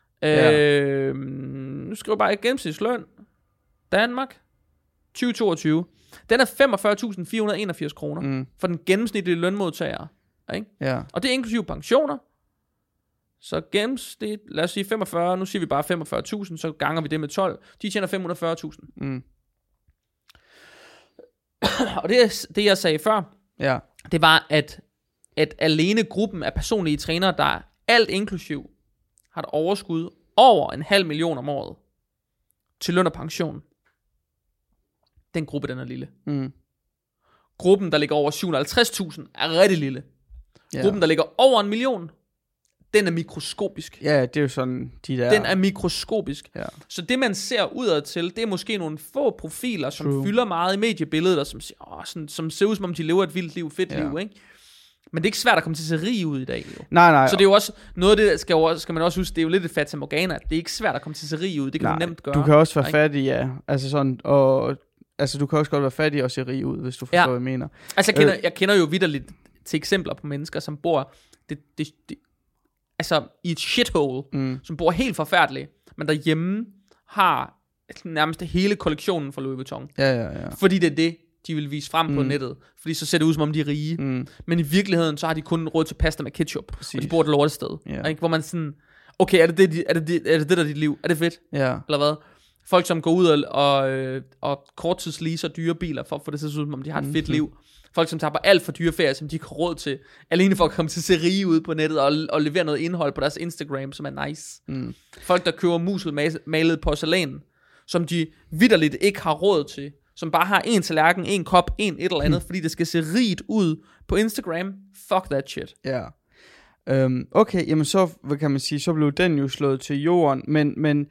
Nu skriver jeg bare gennemsnitsløn Danmark 2022. Den er 45.481 kroner for den gennemsnitlige lønmodtager, ikke? Ja. Og det er inklusive pensioner. Så gennemsnit, lad os sige 45, nu siger vi bare 45.000, så ganger vi det med 12. De tjener 540.000. Og det jeg sagde før, det var at alene gruppen af personlige trænere, der er alt inklusiv, har et overskud over 500.000 om året til løn og pension. Den gruppe, den er lille. Gruppen, der ligger over 750.000, er rigtig lille. Gruppen, der ligger over 1 million, den er mikroskopisk. Ja, det er jo sådan, de der... Den er mikroskopisk. Ja. Så det, man ser udad til, det er måske nogle få profiler, som fylder meget i mediebilledet, og som ser ud, som om de lever et vildt liv, fedt liv, ikke? Men det er ikke svært at komme til at se rig ud i dag, jo. Nej. Så det er jo også, noget af det skal man også huske, det er jo lidt et fatamorgana. Det er ikke svært at komme til at se rig ud, det kan du nemt gøre. Du kan også være fattig, ja. Altså sådan, og... Altså, du kan også godt være fattig og se rig ud, hvis du forstår, hvad jeg mener. Altså, jeg kender jo vitterligt til eksempler på mennesker, som bor altså i et shithole, som bor helt forfærdeligt, men derhjemme har nærmest hele kollektionen fra Louis Vuitton. Ja. Fordi det er det, de vil vise frem på nettet. Fordi så ser det ud, som om de er rige. Men i virkeligheden, så har de kun råd til pasta med ketchup. Præcis. Og de bor et lortested. Ikke? Hvor man sådan, okay, er det det, der er dit liv? Er det fedt? Ja. Eller hvad? Folk, som går ud og korttidsleaser dyre biler, for at få det til at se ud, som om de har et fedt liv. Folk, som tager på alt for dyre ferier, som de ikke har råd til, alene for at komme til at se rige ud på nettet, og levere noget indhold på deres Instagram, som er nice. Folk, der køber muselmalet porcelæn, som de vitterligt ikke har råd til, som bare har en tallerken, en kop, et eller andet, fordi det skal se rigt ud på Instagram. Fuck that shit. Ja. Okay, jamen så, hvad kan man sige, så blev den jo slået til jorden, men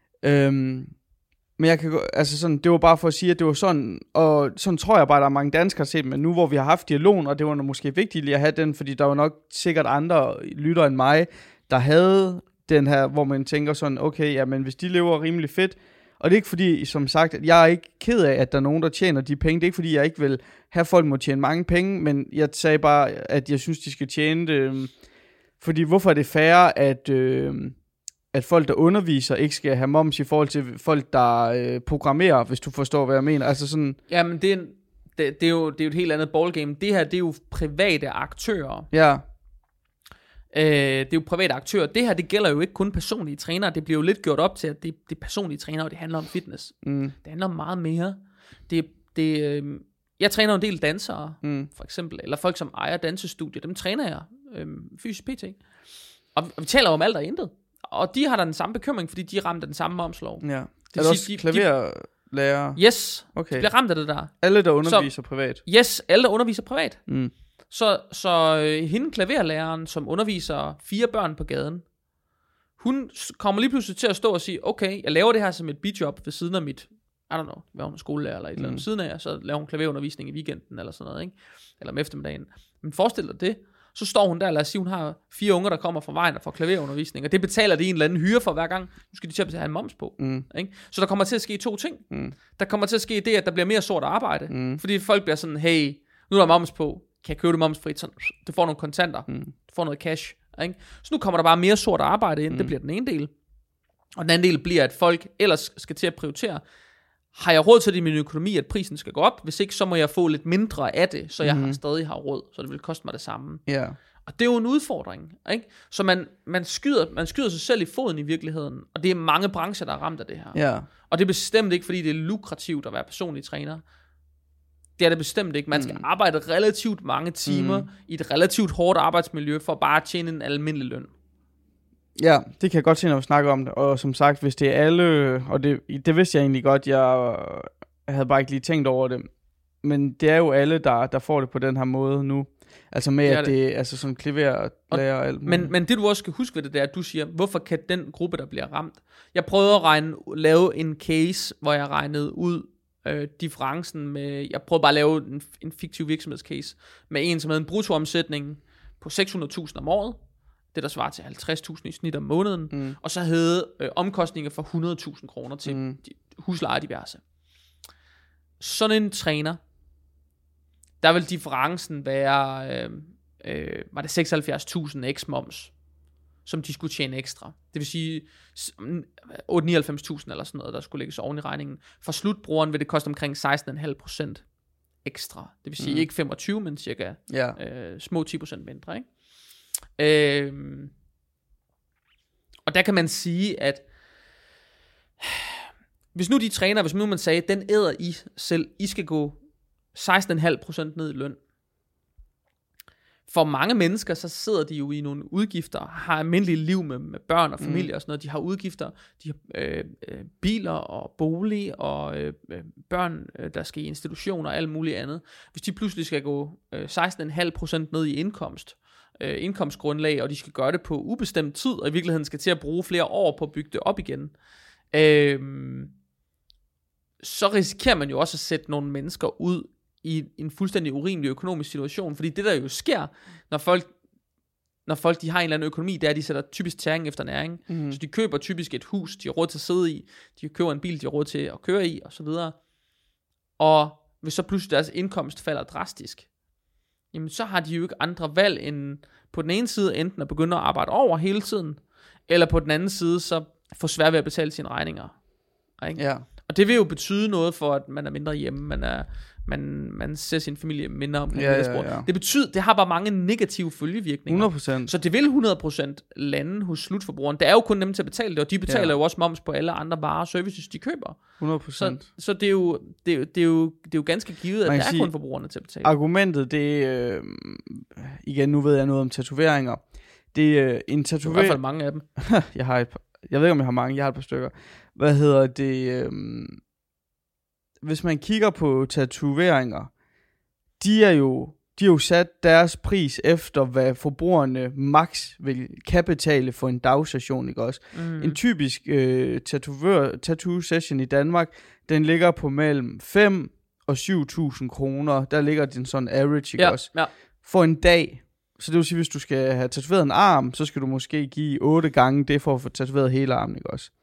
jeg kan altså sådan, det var bare for at sige, at det var sådan, og sådan tror jeg bare, der er mange danskere set, men nu hvor vi har haft dialogen, og det var måske vigtigt lige at have den, fordi der var nok sikkert andre lyttere end mig, der havde den her, hvor man tænker sådan, okay, ja, men hvis de lever rimelig fedt, og det er ikke fordi, som sagt, at jeg er ikke ked af, at der er nogen, der tjener de penge, det er ikke fordi, jeg ikke vil have folk må tjene mange penge, men jeg sagde bare, at jeg synes, de skal tjene det, fordi hvorfor er det fair, at folk, der underviser, ikke skal have moms i forhold til folk, der programmerer, hvis du forstår, hvad jeg mener. Altså sådan... Jamen, det er jo et helt andet ballgame. Det her, det er jo private aktører. Ja. Det er jo private aktører. Det her, det gælder jo ikke kun personlige trænere. Det bliver jo lidt gjort op til, at det er personlige trænere, og det handler om fitness. Det handler om meget mere. Jeg træner en del dansere, for eksempel, eller folk, som ejer dansestudier. Dem træner jeg fysisk PT. Og vi taler om alt og intet. Og de har da den samme bekymring, fordi de er ramt af den samme momslov. Ja. Det er det også klaverlærer? Yes, okay. De bliver ramt af det der. Alle, der underviser privat? Yes, alle, der underviser privat. Så hende klaverlæreren, som underviser 4 børn på gaden, hun kommer lige pludselig til at stå og sige, okay, jeg laver det her som et bijob ved siden af mit, I don't know, hvad hun er skolelærer eller et eller andet ved siden af, så laver hun klaverundervisning i weekenden eller sådan noget, ikke? Eller om eftermiddagen. Men forestil dig det, så står hun der, lad os sige, hun har 4 unger, der kommer fra vejen og får klaverundervisning, og det betaler de en eller anden hyre for hver gang. Nu skal de til at betale en moms på. Ikke? Så der kommer til at ske 2 ting. Der kommer til at ske det, at der bliver mere sort arbejde, fordi folk bliver sådan, hey, nu er der moms på, kan jeg købe det momsfrit, så du får nogle kontanter, du får noget cash. Ikke? Så nu kommer der bare mere sort arbejde ind, det bliver den ene del. Og den anden del bliver, at folk ellers skal til at prioritere, har jeg råd til det i min økonomi, at prisen skal gå op? Hvis ikke, så må jeg få lidt mindre af det, så jeg stadig har råd, så det vil koste mig det samme. Yeah. Og det er jo en udfordring, ikke? Så man skyder sig selv i foden i virkeligheden, og det er mange brancher, der er ramt af det her. Yeah. Og det er bestemt ikke, fordi det er lukrativt at være personlig træner. Det er det bestemt ikke. Man skal arbejde relativt mange timer i et relativt hårdt arbejdsmiljø, for bare at tjene en almindelig løn. Ja, det kan jeg godt se, når vi snakker om det. Og som sagt, hvis det er alle, og det vidste jeg egentlig godt, jeg havde bare ikke lige tænkt over det, men det er jo alle, der får det på den her måde nu. Altså med, at det er altså sådan klaverlærer og alt. Men det du også skal huske ved det, der, at du siger, hvorfor kan den gruppe, der bliver ramt? Jeg prøvede at lave en case, hvor jeg regnede ud differencen med, jeg prøvede bare at lave en fiktiv virksomhedscase, med en, som havde en bruttoomsætning på 600.000 om året, det der svarer til 50.000 i snit om måneden, og så havde omkostninger for 100.000 kroner til husleje diverse. Sådan en træner, der vil differencen være, var det 76.000 eks-moms, som de skulle tjene ekstra. Det vil sige 98.000 eller sådan noget, der skulle lægges oven i regningen. For slutbrugeren vil det koste omkring 16,5% ekstra. Det vil sige ikke 25, men cirka små 10% mindre, ikke? Og der kan man sige, at hvis nu de træner, hvis nu man sagde, den æder I selv, I skal gå 16,5% ned i løn. For mange mennesker, så sidder de jo i nogle udgifter, har almindelige liv med børn og familie og sådan noget. De har udgifter, de har biler og bolig og børn, der skal i institutioner og alt muligt andet. Hvis de pludselig skal gå 16,5% ned i indkomst, indkomstgrundlag, og de skal gøre det på ubestemt tid, og i virkeligheden skal til at bruge flere år på at bygge det op igen, så risikerer man jo også at sætte nogle mennesker ud i en fuldstændig urimelig økonomisk situation, fordi det der jo sker, når folk de har en eller anden økonomi, det er, at de sætter typisk tæring efter næring. Så de køber typisk et hus, de har råd til at sidde i, de køber en bil, de har råd til at køre i, og så videre. Og hvis så pludselig deres indkomst falder drastisk, jamen så har de jo ikke andre valg end på den ene side enten at begynde at arbejde over hele tiden, eller på den anden side så få svært ved at betale sine regninger. Ikke? Ja. Og det vil jo betyde noget for, at man er mindre hjemme, man ser sin familie mindre omkring middagsbordet. Ja. Det betyder, det har bare mange negative følgevirkninger. 100%. Så det vil 100% lande hos slutforbrugeren. Det er jo kun dem til at betale det, og de betaler jo også moms på alle andre varer og services, de køber. 100%. Så det er jo ganske givet, at der er kun forbrugerne til at betale. Argumentet, det igen, nu ved jeg noget om tatoveringer. Det er en tatovering. I hvert fald mange af dem. Jeg ved ikke, om jeg har mange. Jeg har et par stykker. Hvad hedder det? Hvis man kigger på tatoveringer, de er jo sat deres pris efter, hvad forbrugerne max kan betale for en dagsession, ikke også? En typisk tattoo session i Danmark, den ligger på mellem 5 og 7.000 kroner. Der ligger den sådan average, ikke også? Ja. For en dag. Så det vil sige, hvis du skal have tatoveret en arm, så skal du måske give 8 gange det for at få tatoveret hele armen, ikke også?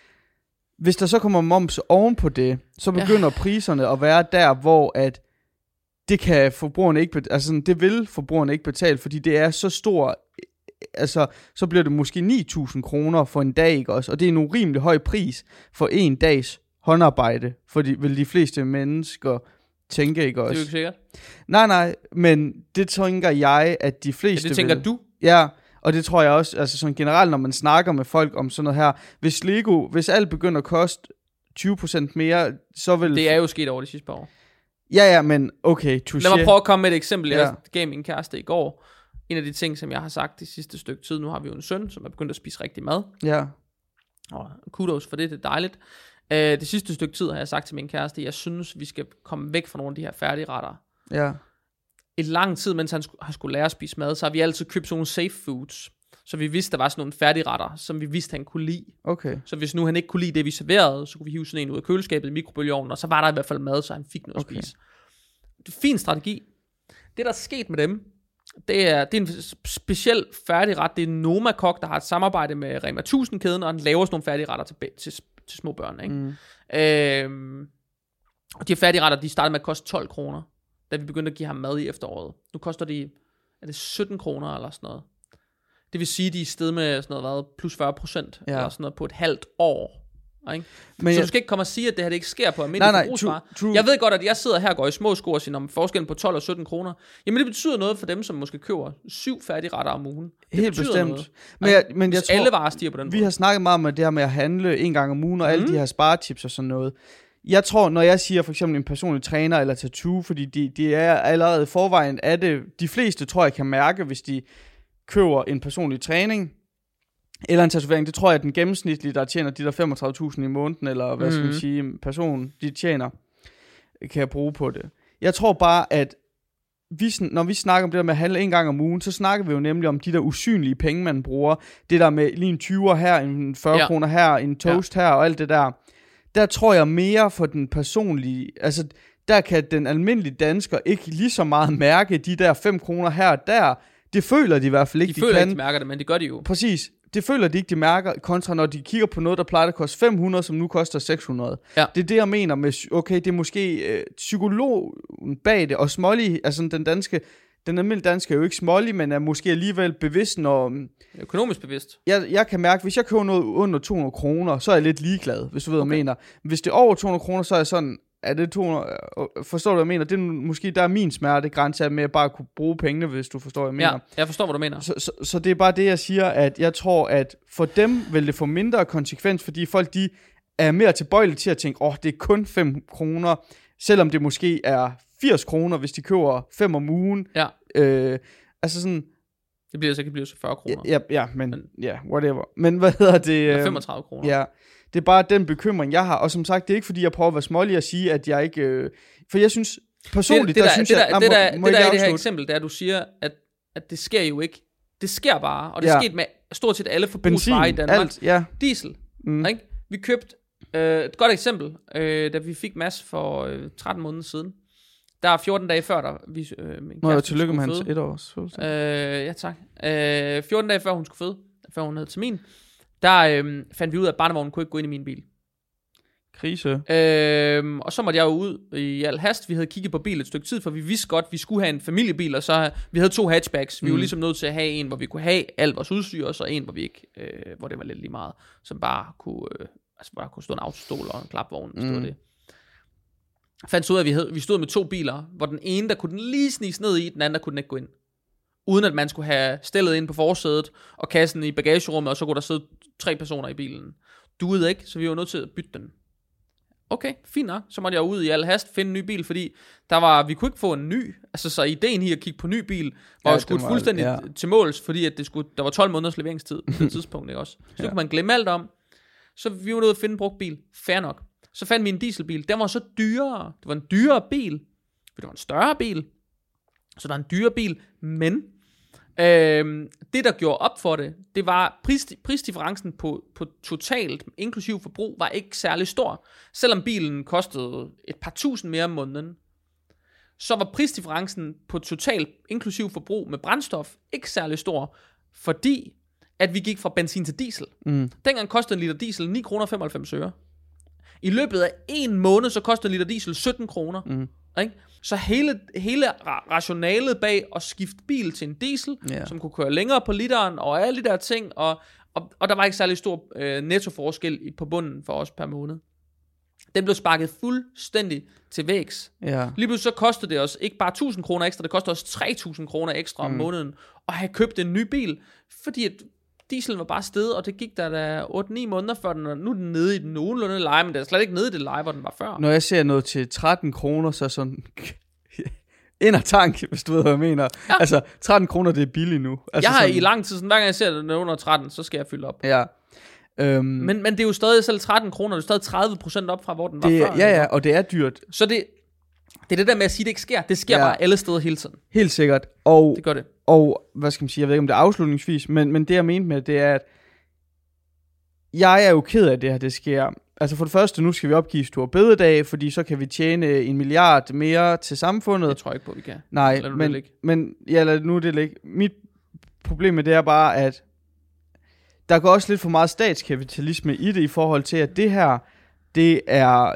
Hvis der så kommer moms oven på det, så begynder priserne at være der, hvor at det kan forbrugerne ikke det vil forbrugerne ikke betale, fordi det er så stor, altså så bliver det måske 9.000 kroner for en dag, ikke også? Og det er en urimelig høj pris for en dags håndarbejde, fordi vil de fleste mennesker tænke, ikke også? Det er jo ikke sikkert. Nej, men det tænker jeg, at de fleste det tænker du? Ja, og det tror jeg også, altså sådan generelt, når man snakker med folk om sådan noget her, hvis alt begynder at koste 20% mere, så vil... Det er jo sket over de sidste par år. Ja, men okay, touché. Lad mig prøve at komme med et eksempel. Jeg gav min kæreste i går. En af de ting, som jeg har sagt det sidste stykke tid, nu har vi jo en søn, som er begyndt at spise rigtig mad. Ja. Og kudos for det er dejligt. Det sidste stykke tid har jeg sagt til min kæreste, jeg synes, vi skal komme væk fra nogle af de her færdigretter. Ja. I lang tid, mens han har skulle lære at spise mad, så har vi altid købt sådan nogle safe foods. Så vi vidste, der var sådan nogle færdigretter, som vi vidste, han kunne lide. Okay. Så hvis nu han ikke kunne lide det, vi serverede, så kunne vi hive sådan en ud af køleskabet i mikrobølgeovnen, og så var der i hvert fald mad, så han fik noget at spise. Det er en fin strategi. Det, der er sket med dem, det er en speciel færdigret. Det er Noma Kok, der har et samarbejde med Rema 1000-kæden, og den laver sådan nogle færdigretter til små børn. Ikke? Og de her færdigretter, de startede med at koste 12 kroner, da vi begyndte at give ham mad i efteråret. Nu koster de, er det 17 kroner eller sådan noget. Det vil sige, de er i sted med sådan noget, plus 40% eller sådan noget på et halvt år. Ikke? Men så du skal ikke komme og sige, at det her det ikke sker på almindelige forbrugsvarer. Jeg ved godt, at jeg sidder her og går i små sko og siger, om forskellen på 12 og 17 kroner. Jamen det betyder noget for dem, som måske køber 7 færdigretter om ugen. Det helt bestemt. Men jeg tror, alle varer stiger på den måde. Vi har snakket meget om det her med at handle en gang om ugen, og alle de her sparetips og sådan noget. Jeg tror, når jeg siger for eksempel en personlig træner eller tattoo, fordi de er allerede i forvejen af det, de fleste tror jeg kan mærke, hvis de køber en personlig træning, eller en tatovering, det tror jeg, at den gennemsnitlige, der tjener de der 35.000 i måneden, eller hvad skal man sige, en person, de tjener, kan jeg bruge på det. Jeg tror bare, at når vi snakker om det der med at handle en gang om ugen, så snakker vi jo nemlig om de der usynlige penge, man bruger. Det der med lige en 20'er her, en 40 kroner her, en toast her, og alt det der. Der tror jeg mere for den personlige, altså der kan den almindelige dansker ikke lige så meget mærke de der 5 kroner her og der. Det føler de i hvert fald ikke, de føler ikke, de mærker det, men det gør de jo. Præcis. Det føler de ikke, de mærker, kontra når de kigger på noget, der plejer at koste 500, som nu koster 600. Ja. Det er det, jeg mener med, okay, det er måske psykologen bag det, og smålig, altså den almindelige danske er jo ikke smålig, men er måske alligevel bevidst, når... Økonomisk bevidst. Jeg kan mærke, hvis jeg køber noget under 200 kroner, så er jeg lidt ligeglad, hvis du ved, hvad jeg mener. Hvis det er over 200 kroner, så er jeg sådan... Er det 200, forstår du, hvad jeg mener? Det er måske, der er min smertegrænse med at bare kunne bruge pengene, hvis du forstår, hvad jeg mener. Ja, jeg forstår, hvad du mener. Så det er bare det, jeg siger, at jeg tror, at for dem vil det få mindre konsekvens, fordi folk, de er mere tilbøjelige til at tænke, det er kun 5 kroner, selvom det måske er 80 kroner, hvis de køber 5 om ugen. Ja. Altså sådan... Det bliver så 40 kroner. Ja, men whatever. Men hvad hedder det? 35 kroner. Ja. Det er bare den bekymring, jeg har. Og som sagt, det er ikke fordi, jeg prøver at være smålig og sige, at jeg ikke... for jeg synes personligt, det der er i det her eksempel, det er, at du siger, at det sker jo ikke Det sker bare, og det er sket med stort set alle forbrugsvarer i Danmark. Alt, ja. Diesel, ikke? Vi købte, et godt eksempel, da vi fik Mads for 13 måneder siden. Der er 14 dage før, der vi tillykke med hans 1 års fødselsdag. Ja, tak. 14 dage før hun skulle føde, før hun havde termin, der fandt vi ud af, at barnevognen kunne ikke gå ind i min bil. Krise. Og så måtte jeg jo ud i al hast. Vi havde kigget på bil et stykke tid, for vi vidste godt, at vi skulle have en familiebil, og så vi havde 2 hatchbacks. Vi var ligesom nødt til at have en, hvor vi kunne have alt vores udstyr, og så en, hvor vi ikke, hvor det var lidt lige meget, som bare kunne, bare kunne stå en autostol og en klapvogn, hvis det var det. Fandt så ud af, at vi stod med 2 biler, hvor den ene, der kunne den lige snige ned i, den anden, der kunne den ikke gå ind. Uden at man skulle have stillet ind på forsædet, og kassen i bagagerummet, og så kunne der sidde 3 personer i bilen. Duede ikke, så vi var nødt til at bytte den. Okay, fint nok. Så måtte jeg ud i al hast finde en ny bil, fordi vi kunne ikke få en ny. Altså, så ideen i at kigge på en ny bil, var jo skudt fuldstændig til måls, fordi at der var 12 måneders leveringstid på det tidspunkt, ikke også? Så det kunne man glemme alt om. Så vi var nødt til at finde en brugt bil. Fair nok. Så fandt vi en dieselbil. Den var så dyrere. Det var en dyrere bil, for det var en større bil. Så der er en dyrere bil, men det der gjorde op for det var prisdifferencen på totalt inklusiv forbrug var ikke særlig stor. Selvom bilen kostede et par tusind mere om måneden, så var prisdifferencen på totalt inklusiv forbrug med brændstof ikke særlig stor, fordi at vi gik fra benzin til diesel. Dengang kostede en liter diesel 9,95 kroner. I løbet af 1 måned så kostede en liter diesel 17 kroner. Ikke? Så hele rationalet bag at skifte bil til en diesel, som kunne køre længere på literen og alle de der ting, og der var ikke særlig stor nettoforskel på bunden for os per måned. Den blev sparket fuldstændig til vægs. Lige pludselig så kostede det os ikke bare 1000 kroner ekstra, det kostede os 3000 kroner ekstra om måneden at have købt en ny bil, fordi at dieselen var bare steget, og det gik der 8-9 måneder før den, nu er den nede i den nogenlunde leje, men det er slet ikke nede i det leje, hvor den var før. Når jeg ser noget til 13 kroner, så sådan indertank, hvis du ved, hvad jeg mener. Ja. Altså, 13 kroner, det er billigt nu. Altså, jeg har i lang tid, sådan hver gang jeg ser det under 13, så skal jeg fylde op. Ja. Men det er jo stadig selv 13 kroner, det er stadig 30% op fra, hvor den var før. Ja, og det er dyrt. Så det er det der med at sige, det ikke sker. Det sker bare alle steder hele tiden. Helt sikkert. Det gør det. Og, hvad skal man sige, jeg ved ikke, om det er afslutningsvis, men det jeg mente med, det er, at jeg er jo ked af det her, det sker. Altså for det første, nu skal vi opgive store bededag, fordi så kan vi tjene 1 milliard mere til samfundet. Det tror jeg ikke på, vi kan. Nej, men lad nu det ligge. Mit problem med det er bare, at der går også lidt for meget statskapitalisme i det, i forhold til, at det her, det er...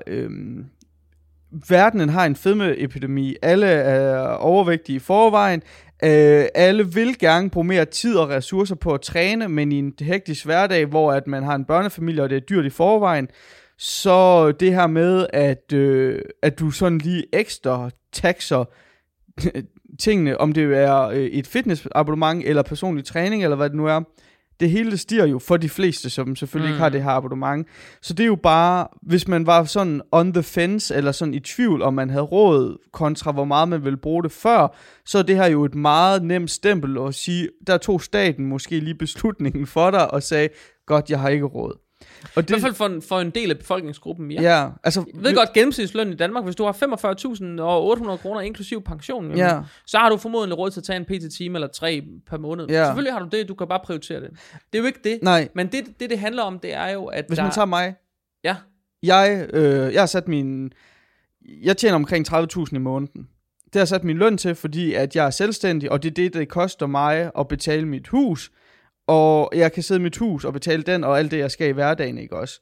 verdenen har en fedmeepidemi. Alle er overvægtige i forvejen. Alle vil gerne bruge mere tid og ressourcer på at træne, men i en hektisk hverdag, hvor at man har en børnefamilie, og det er dyrt i forvejen, så det her med, at du sådan lige ekstra taxer tingene, om det er et fitnessabonnement, eller personlig træning, eller hvad det nu er, det hele det stiger jo for de fleste, som selvfølgelig ikke har det her abonnement. Så det er jo bare, hvis man var sådan on the fence, eller sådan i tvivl, om man havde råd kontra hvor meget man ville bruge det før, så er det her jo et meget nemt stempel at sige, der tog staten måske lige beslutningen for dig, og sagde, godt, jeg har ikke råd. Og det, i hvert fald for en del af befolkningsgruppen, ja. Altså, jeg ved godt, gennemsnitsløn i Danmark, hvis du har 45.800 kroner inklusiv pension, så har du formodentlig råd til at tage en PT-time eller 3 per måned. Selvfølgelig har du det, du kan bare prioritere det. Det er jo ikke det. Nej. Men det handler om, det er jo, at hvis man tager mig, jeg har sat jeg tjener omkring 30.000 i måneden. Det har jeg sat min løn til, fordi at jeg er selvstændig, og det er det koster mig at betale mit hus, og jeg kan sidde i mit hus og betale den og alt det, jeg skal i hverdagen, ikke også?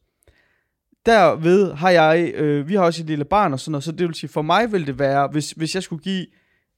Derved har jeg, vi har også et lille barn og sådan noget, så det vil sige, for mig vil det være, hvis jeg skulle give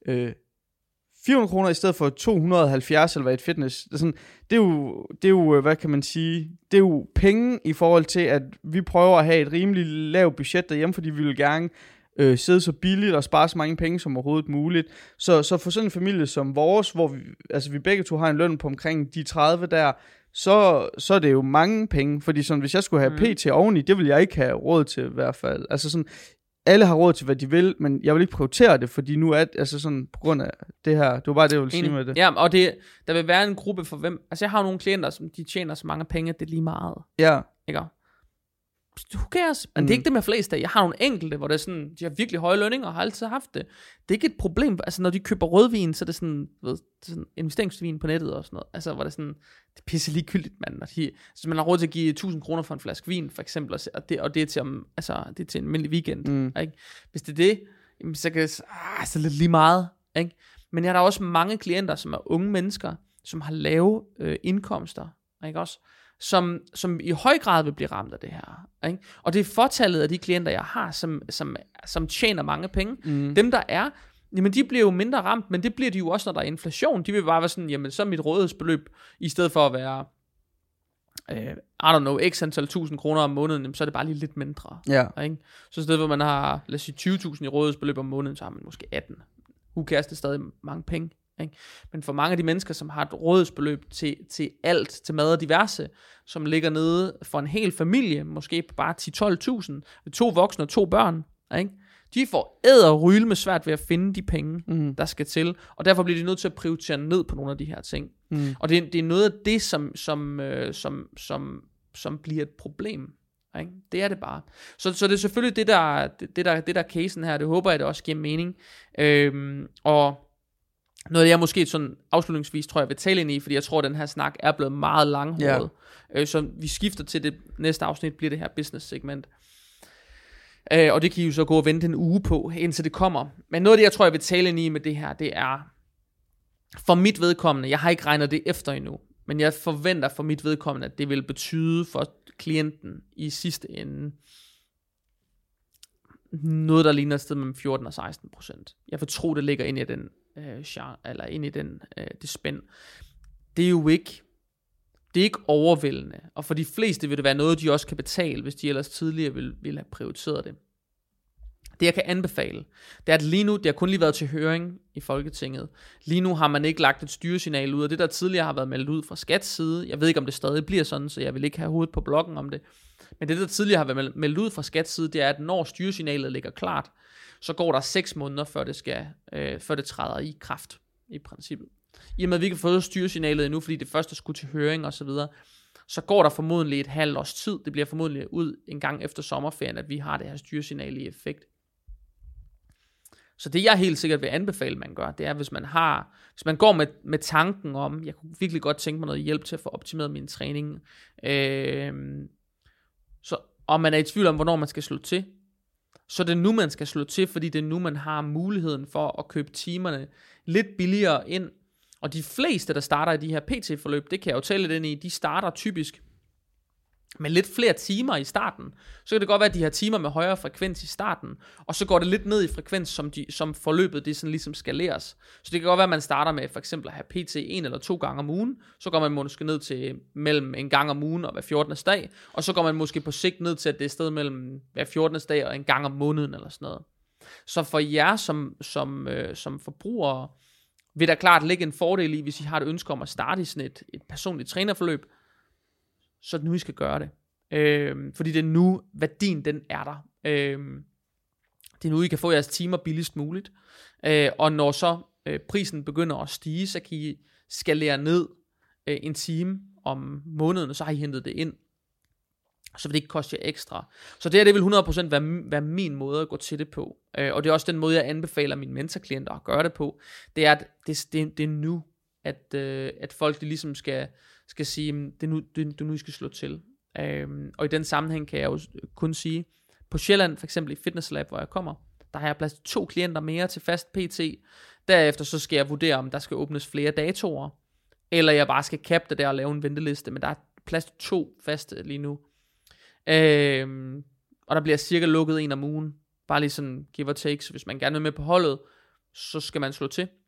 400 kroner i stedet for 270, eller hvad et fitness, det er jo, hvad kan man sige, det er jo penge i forhold til, at vi prøver at have et rimelig lavt budget derhjemme, fordi vi vil gerne sidde så billigt og spare så mange penge som overhovedet muligt. Så for sådan en familie som vores, hvor vi begge to har en løn på omkring de 30 der, så er det jo mange penge, fordi sådan, hvis jeg skulle have PT oveni, det vil jeg ikke have råd til i hvert fald. Altså sådan, alle har råd til, hvad de vil, men jeg vil ikke prioritere det, fordi nu er det, altså sådan, på grund af det her, det var bare det, jeg ville sige med det. Ja, og der vil være en gruppe for hvem, altså jeg har jo nogle klienter, som de tjener så mange penge, at det er lige meget. Ja. Ikke? who cares? Men det er ikke det med flest af. Jeg har nogle enkelte, hvor det er sådan, de har virkelig høje lønninger og har altid haft det. Det er ikke et problem. Altså når de køber rødvin, så er det sådan, sådan investeringsvin på nettet og sådan noget. Altså hvor det er sådan, det er pisse ligegyldigt, mand. Så man har råd til at give 1000 kroner for en flaske vin, for eksempel, og det er til, det er til en almindelig weekend. Ikke? Hvis det er det, jamen, så kan det så lidt lige meget. Ikke? Men jeg har da også mange klienter, som er unge mennesker, som har lave indkomster, ikke også? Som i høj grad vil blive ramt af det her, ikke? Og det er fortallet af de klienter, jeg har, som tjener mange penge. Dem der er, jamen de bliver jo mindre ramt, men det bliver de jo også, når der er inflation. De vil bare være sådan, jamen så er mit rådighedsbeløb, i stedet for at være, I don't know, x antal 1000 kroner om måneden, jamen, så er det bare lige lidt mindre. Ikke? Så i stedet for at man har, lad os sige 20.000 i rådighedsbeløb om måneden, så har man måske 18. Who cares, det er stadig mange penge. Ikke? Men for mange af de mennesker, som har et rådighedsbeløb til alt, til mad og diverse, som ligger nede for en hel familie, måske på bare 10-12.000, med 2 voksne og 2 børn, ikke? De får æderryle med svært ved at finde de penge, der skal til, og derfor bliver de nødt til at prioritere ned på nogle af de her ting. Og det er noget af det, som bliver et problem. Ikke? Det er det bare. Så det er selvfølgelig det der casen her. Det håber jeg, det også giver mening. Og noget jeg måske sådan afslutningsvis tror jeg vil tale ind i, fordi jeg tror at den her snak er blevet meget langhåret. Så vi skifter til det næste afsnit, bliver det her business segment. Og det kan I jo så gå og vente en uge på, indtil det kommer. Men noget af det jeg tror jeg vil tale ind i med det her, det er for mit vedkommende, jeg har ikke regnet det efter endnu, men jeg forventer for mit vedkommende, at det vil betyde for klienten i sidste ende noget der ligner et sted mellem 14 og 16%. Jeg vil tro det ligger ind i den eller ind i den det spænd. Det er jo ikke, det er ikke overvældende, og for de fleste vil det være noget de også kan betale, hvis de ellers tidligere ville have prioriteret det. Det jeg kan anbefale, det er at lige nu, det har kun lige været til høring i Folketinget. Lige nu har man ikke lagt et styresignal ud, og det der tidligere har været meldt ud fra Skats side, jeg ved ikke om det stadig bliver sådan, så jeg vil ikke have hovedet på bloggen om det. Men det der tidligere har været meldt ud fra Skats side, det er at når styresignalet ligger klart, så går der 6 måneder før det træder i kraft i princippet. I og med at vi ikke har fået styresignalet endnu, fordi det første skulle til høring og så videre, så går der formodentlig et halvt års tid. Det bliver formodentlig ud en gang efter sommerferien, at vi har det her styresignal i effekt. Så det jeg helt sikkert vil anbefale, man gør, det er, hvis man går med tanken om, jeg kunne virkelig godt tænke mig noget hjælp til at få optimeret min træning, og man er i tvivl om, hvornår man skal slå til, så det er nu, man skal slå til, fordi det er nu, man har muligheden for at købe timerne lidt billigere ind. Og de fleste, der starter i de her PT-forløb, det kan jeg jo tælle lidt ind i, de starter typisk med lidt flere timer i starten. Så kan det godt være, at de har timer med højere frekvens i starten, og så går det lidt ned i frekvens, som forløbet det sådan ligesom skaleres. Så det kan godt være, at man starter med for eksempel at have PT 1 eller 2 gange om ugen, så går man måske ned til mellem en gang om ugen og hver 14. dag, og så går man måske på sigt ned til, at det er sted mellem hver 14. dag og en gang om måneden eller sådan noget. Så for jer som forbrugere, vil der klart ligge en fordel i, hvis I har et ønske om at starte i sådan et personligt trænerforløb, så nu I skal gøre det. Fordi det er nu, værdien den er der. Det er nu, I kan få jeres timer billigst muligt. Og når så prisen begynder at stige, så kan I skalere ned en time om måneden, og så har I hentet det ind. Så vil det ikke koste jer ekstra. Så det her, det vil 100% være min måde at gå til det på. Og det er også den måde, jeg anbefaler mine mentorklienter at gøre det på. Det er, at det er nu, at folk de ligesom skal sige, det er nu, I skal slå til. Og i den sammenhæng kan jeg jo kun sige, på Sjælland, for eksempel i Fitness Lab, hvor jeg kommer, der har jeg plads til 2 klienter mere til fast PT. Derefter så skal jeg vurdere, om der skal åbnes flere datoer, eller jeg bare skal kappe det der og lave en venteliste, men der er plads til 2 faste lige nu. Og der bliver cirka lukket 1 om ugen, bare lige sådan give or take, så hvis man gerne vil med på holdet, så skal man slå til.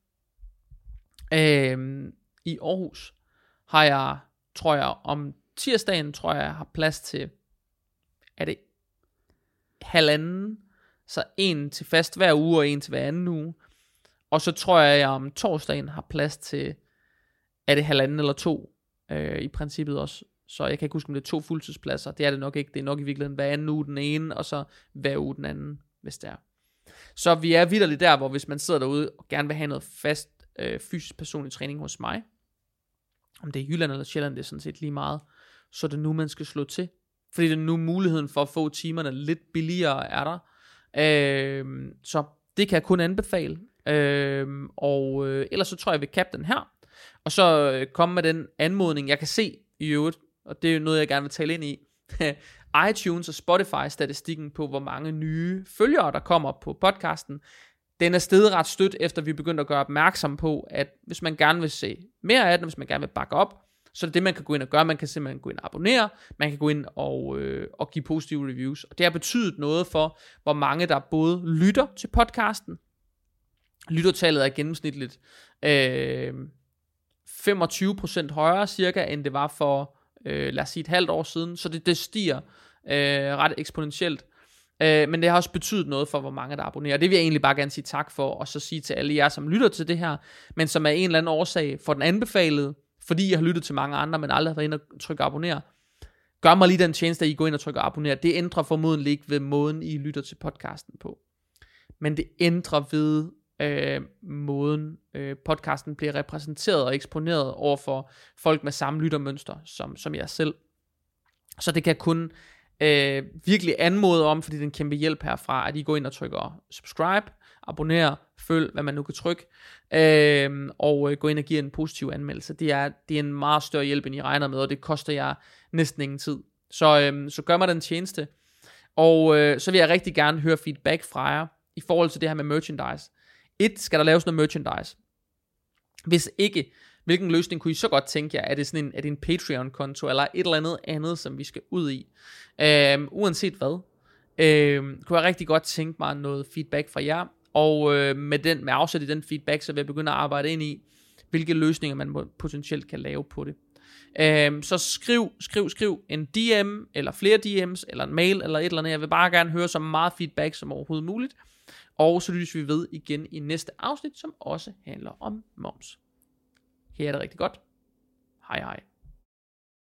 I Aarhus har jeg, tror jeg, om tirsdagen, jeg har plads til, er det 1,5, så 1 til fast hver uge, og 1 til hver anden uge. Og så tror jeg om torsdagen har plads til, er det 1,5 eller 2, i princippet også. Så jeg kan ikke huske, om det er 2 fuldtidspladser. Det er det nok ikke. Det er nok i virkeligheden hver anden uge den ene, og så hver uge den anden, hvis det er. Så vi er vitterligt der, hvor hvis man sidder derude og gerne vil have noget fast fysisk personlig træning hos mig, om det er Jylland eller Sjælland, det er sådan set lige meget, så er det nu, man skal slå til. fordi det nu muligheden for at få timerne lidt billigere er der. Så det kan jeg kun anbefale. Ellers så tror jeg, vi kappe den her. Og så komme med den anmodning, jeg kan se i øvrigt, og det er jo noget, jeg gerne vil tale ind i. iTunes og Spotify-statistikken på, hvor mange nye følgere, der kommer på podcasten, den er steget ret stødt, efter vi begyndte at gøre opmærksom på, at hvis man gerne vil se mere af den, hvis man gerne vil bakke op, så er det man kan gå ind og gøre. Man kan simpelthen gå ind og abonnere, man kan gå ind og give positive reviews. Og det har betydet noget for, hvor mange der både lytter til podcasten. Lyttertallet er gennemsnitligt 25% højere cirka, end det var for, lad os sige, et halvt år siden. Så det stiger ret eksponentielt. Men det har også betydet noget for, hvor mange der abonnerer. Det vil jeg egentlig bare gerne sige tak for, og så sige til alle jer, som lytter til det her, men som af en eller anden årsag får den anbefalet, fordi jeg har lyttet til mange andre, men aldrig har været inde og trykke abonner. Gør mig lige den tjeneste, at I går ind og trykker abonner. Det ændrer formodentlig ikke ved måden, I lytter til podcasten på. Men det ændrer ved måden, podcasten bliver repræsenteret og eksponeret over for folk med samme lyttermønster, som jeg selv. Så det kan kun virkelig anmode om, fordi det er en kæmpe hjælp herfra, at I går ind og trykker subscribe, abonner, følg, hvad man nu kan trykke, og gå ind og give en positiv anmeldelse. Det er en meget større hjælp, end I regner med, og det koster jer næsten ingen tid. Så gør mig den tjeneste. Og så vil jeg rigtig gerne høre feedback fra jer, i forhold til det her med merchandise. Skal der laves noget merchandise? Hvis ikke, hvilken løsning kunne I så godt tænke jer? Er det en Patreon-konto, eller et eller andet, som vi skal ud i? Uanset hvad, kunne jeg rigtig godt tænke mig noget feedback fra jer, og med afsæt i den feedback, så vil jeg begynde at arbejde ind i, hvilke løsninger man potentielt kan lave på det. Så skriv en DM, eller flere DM's, eller en mail, eller et eller andet. Jeg vil bare gerne høre så meget feedback som overhovedet muligt. Og så lyttes vi ved igen i næste afsnit, som også handler om moms. Her er det rigtig godt. Hej hej.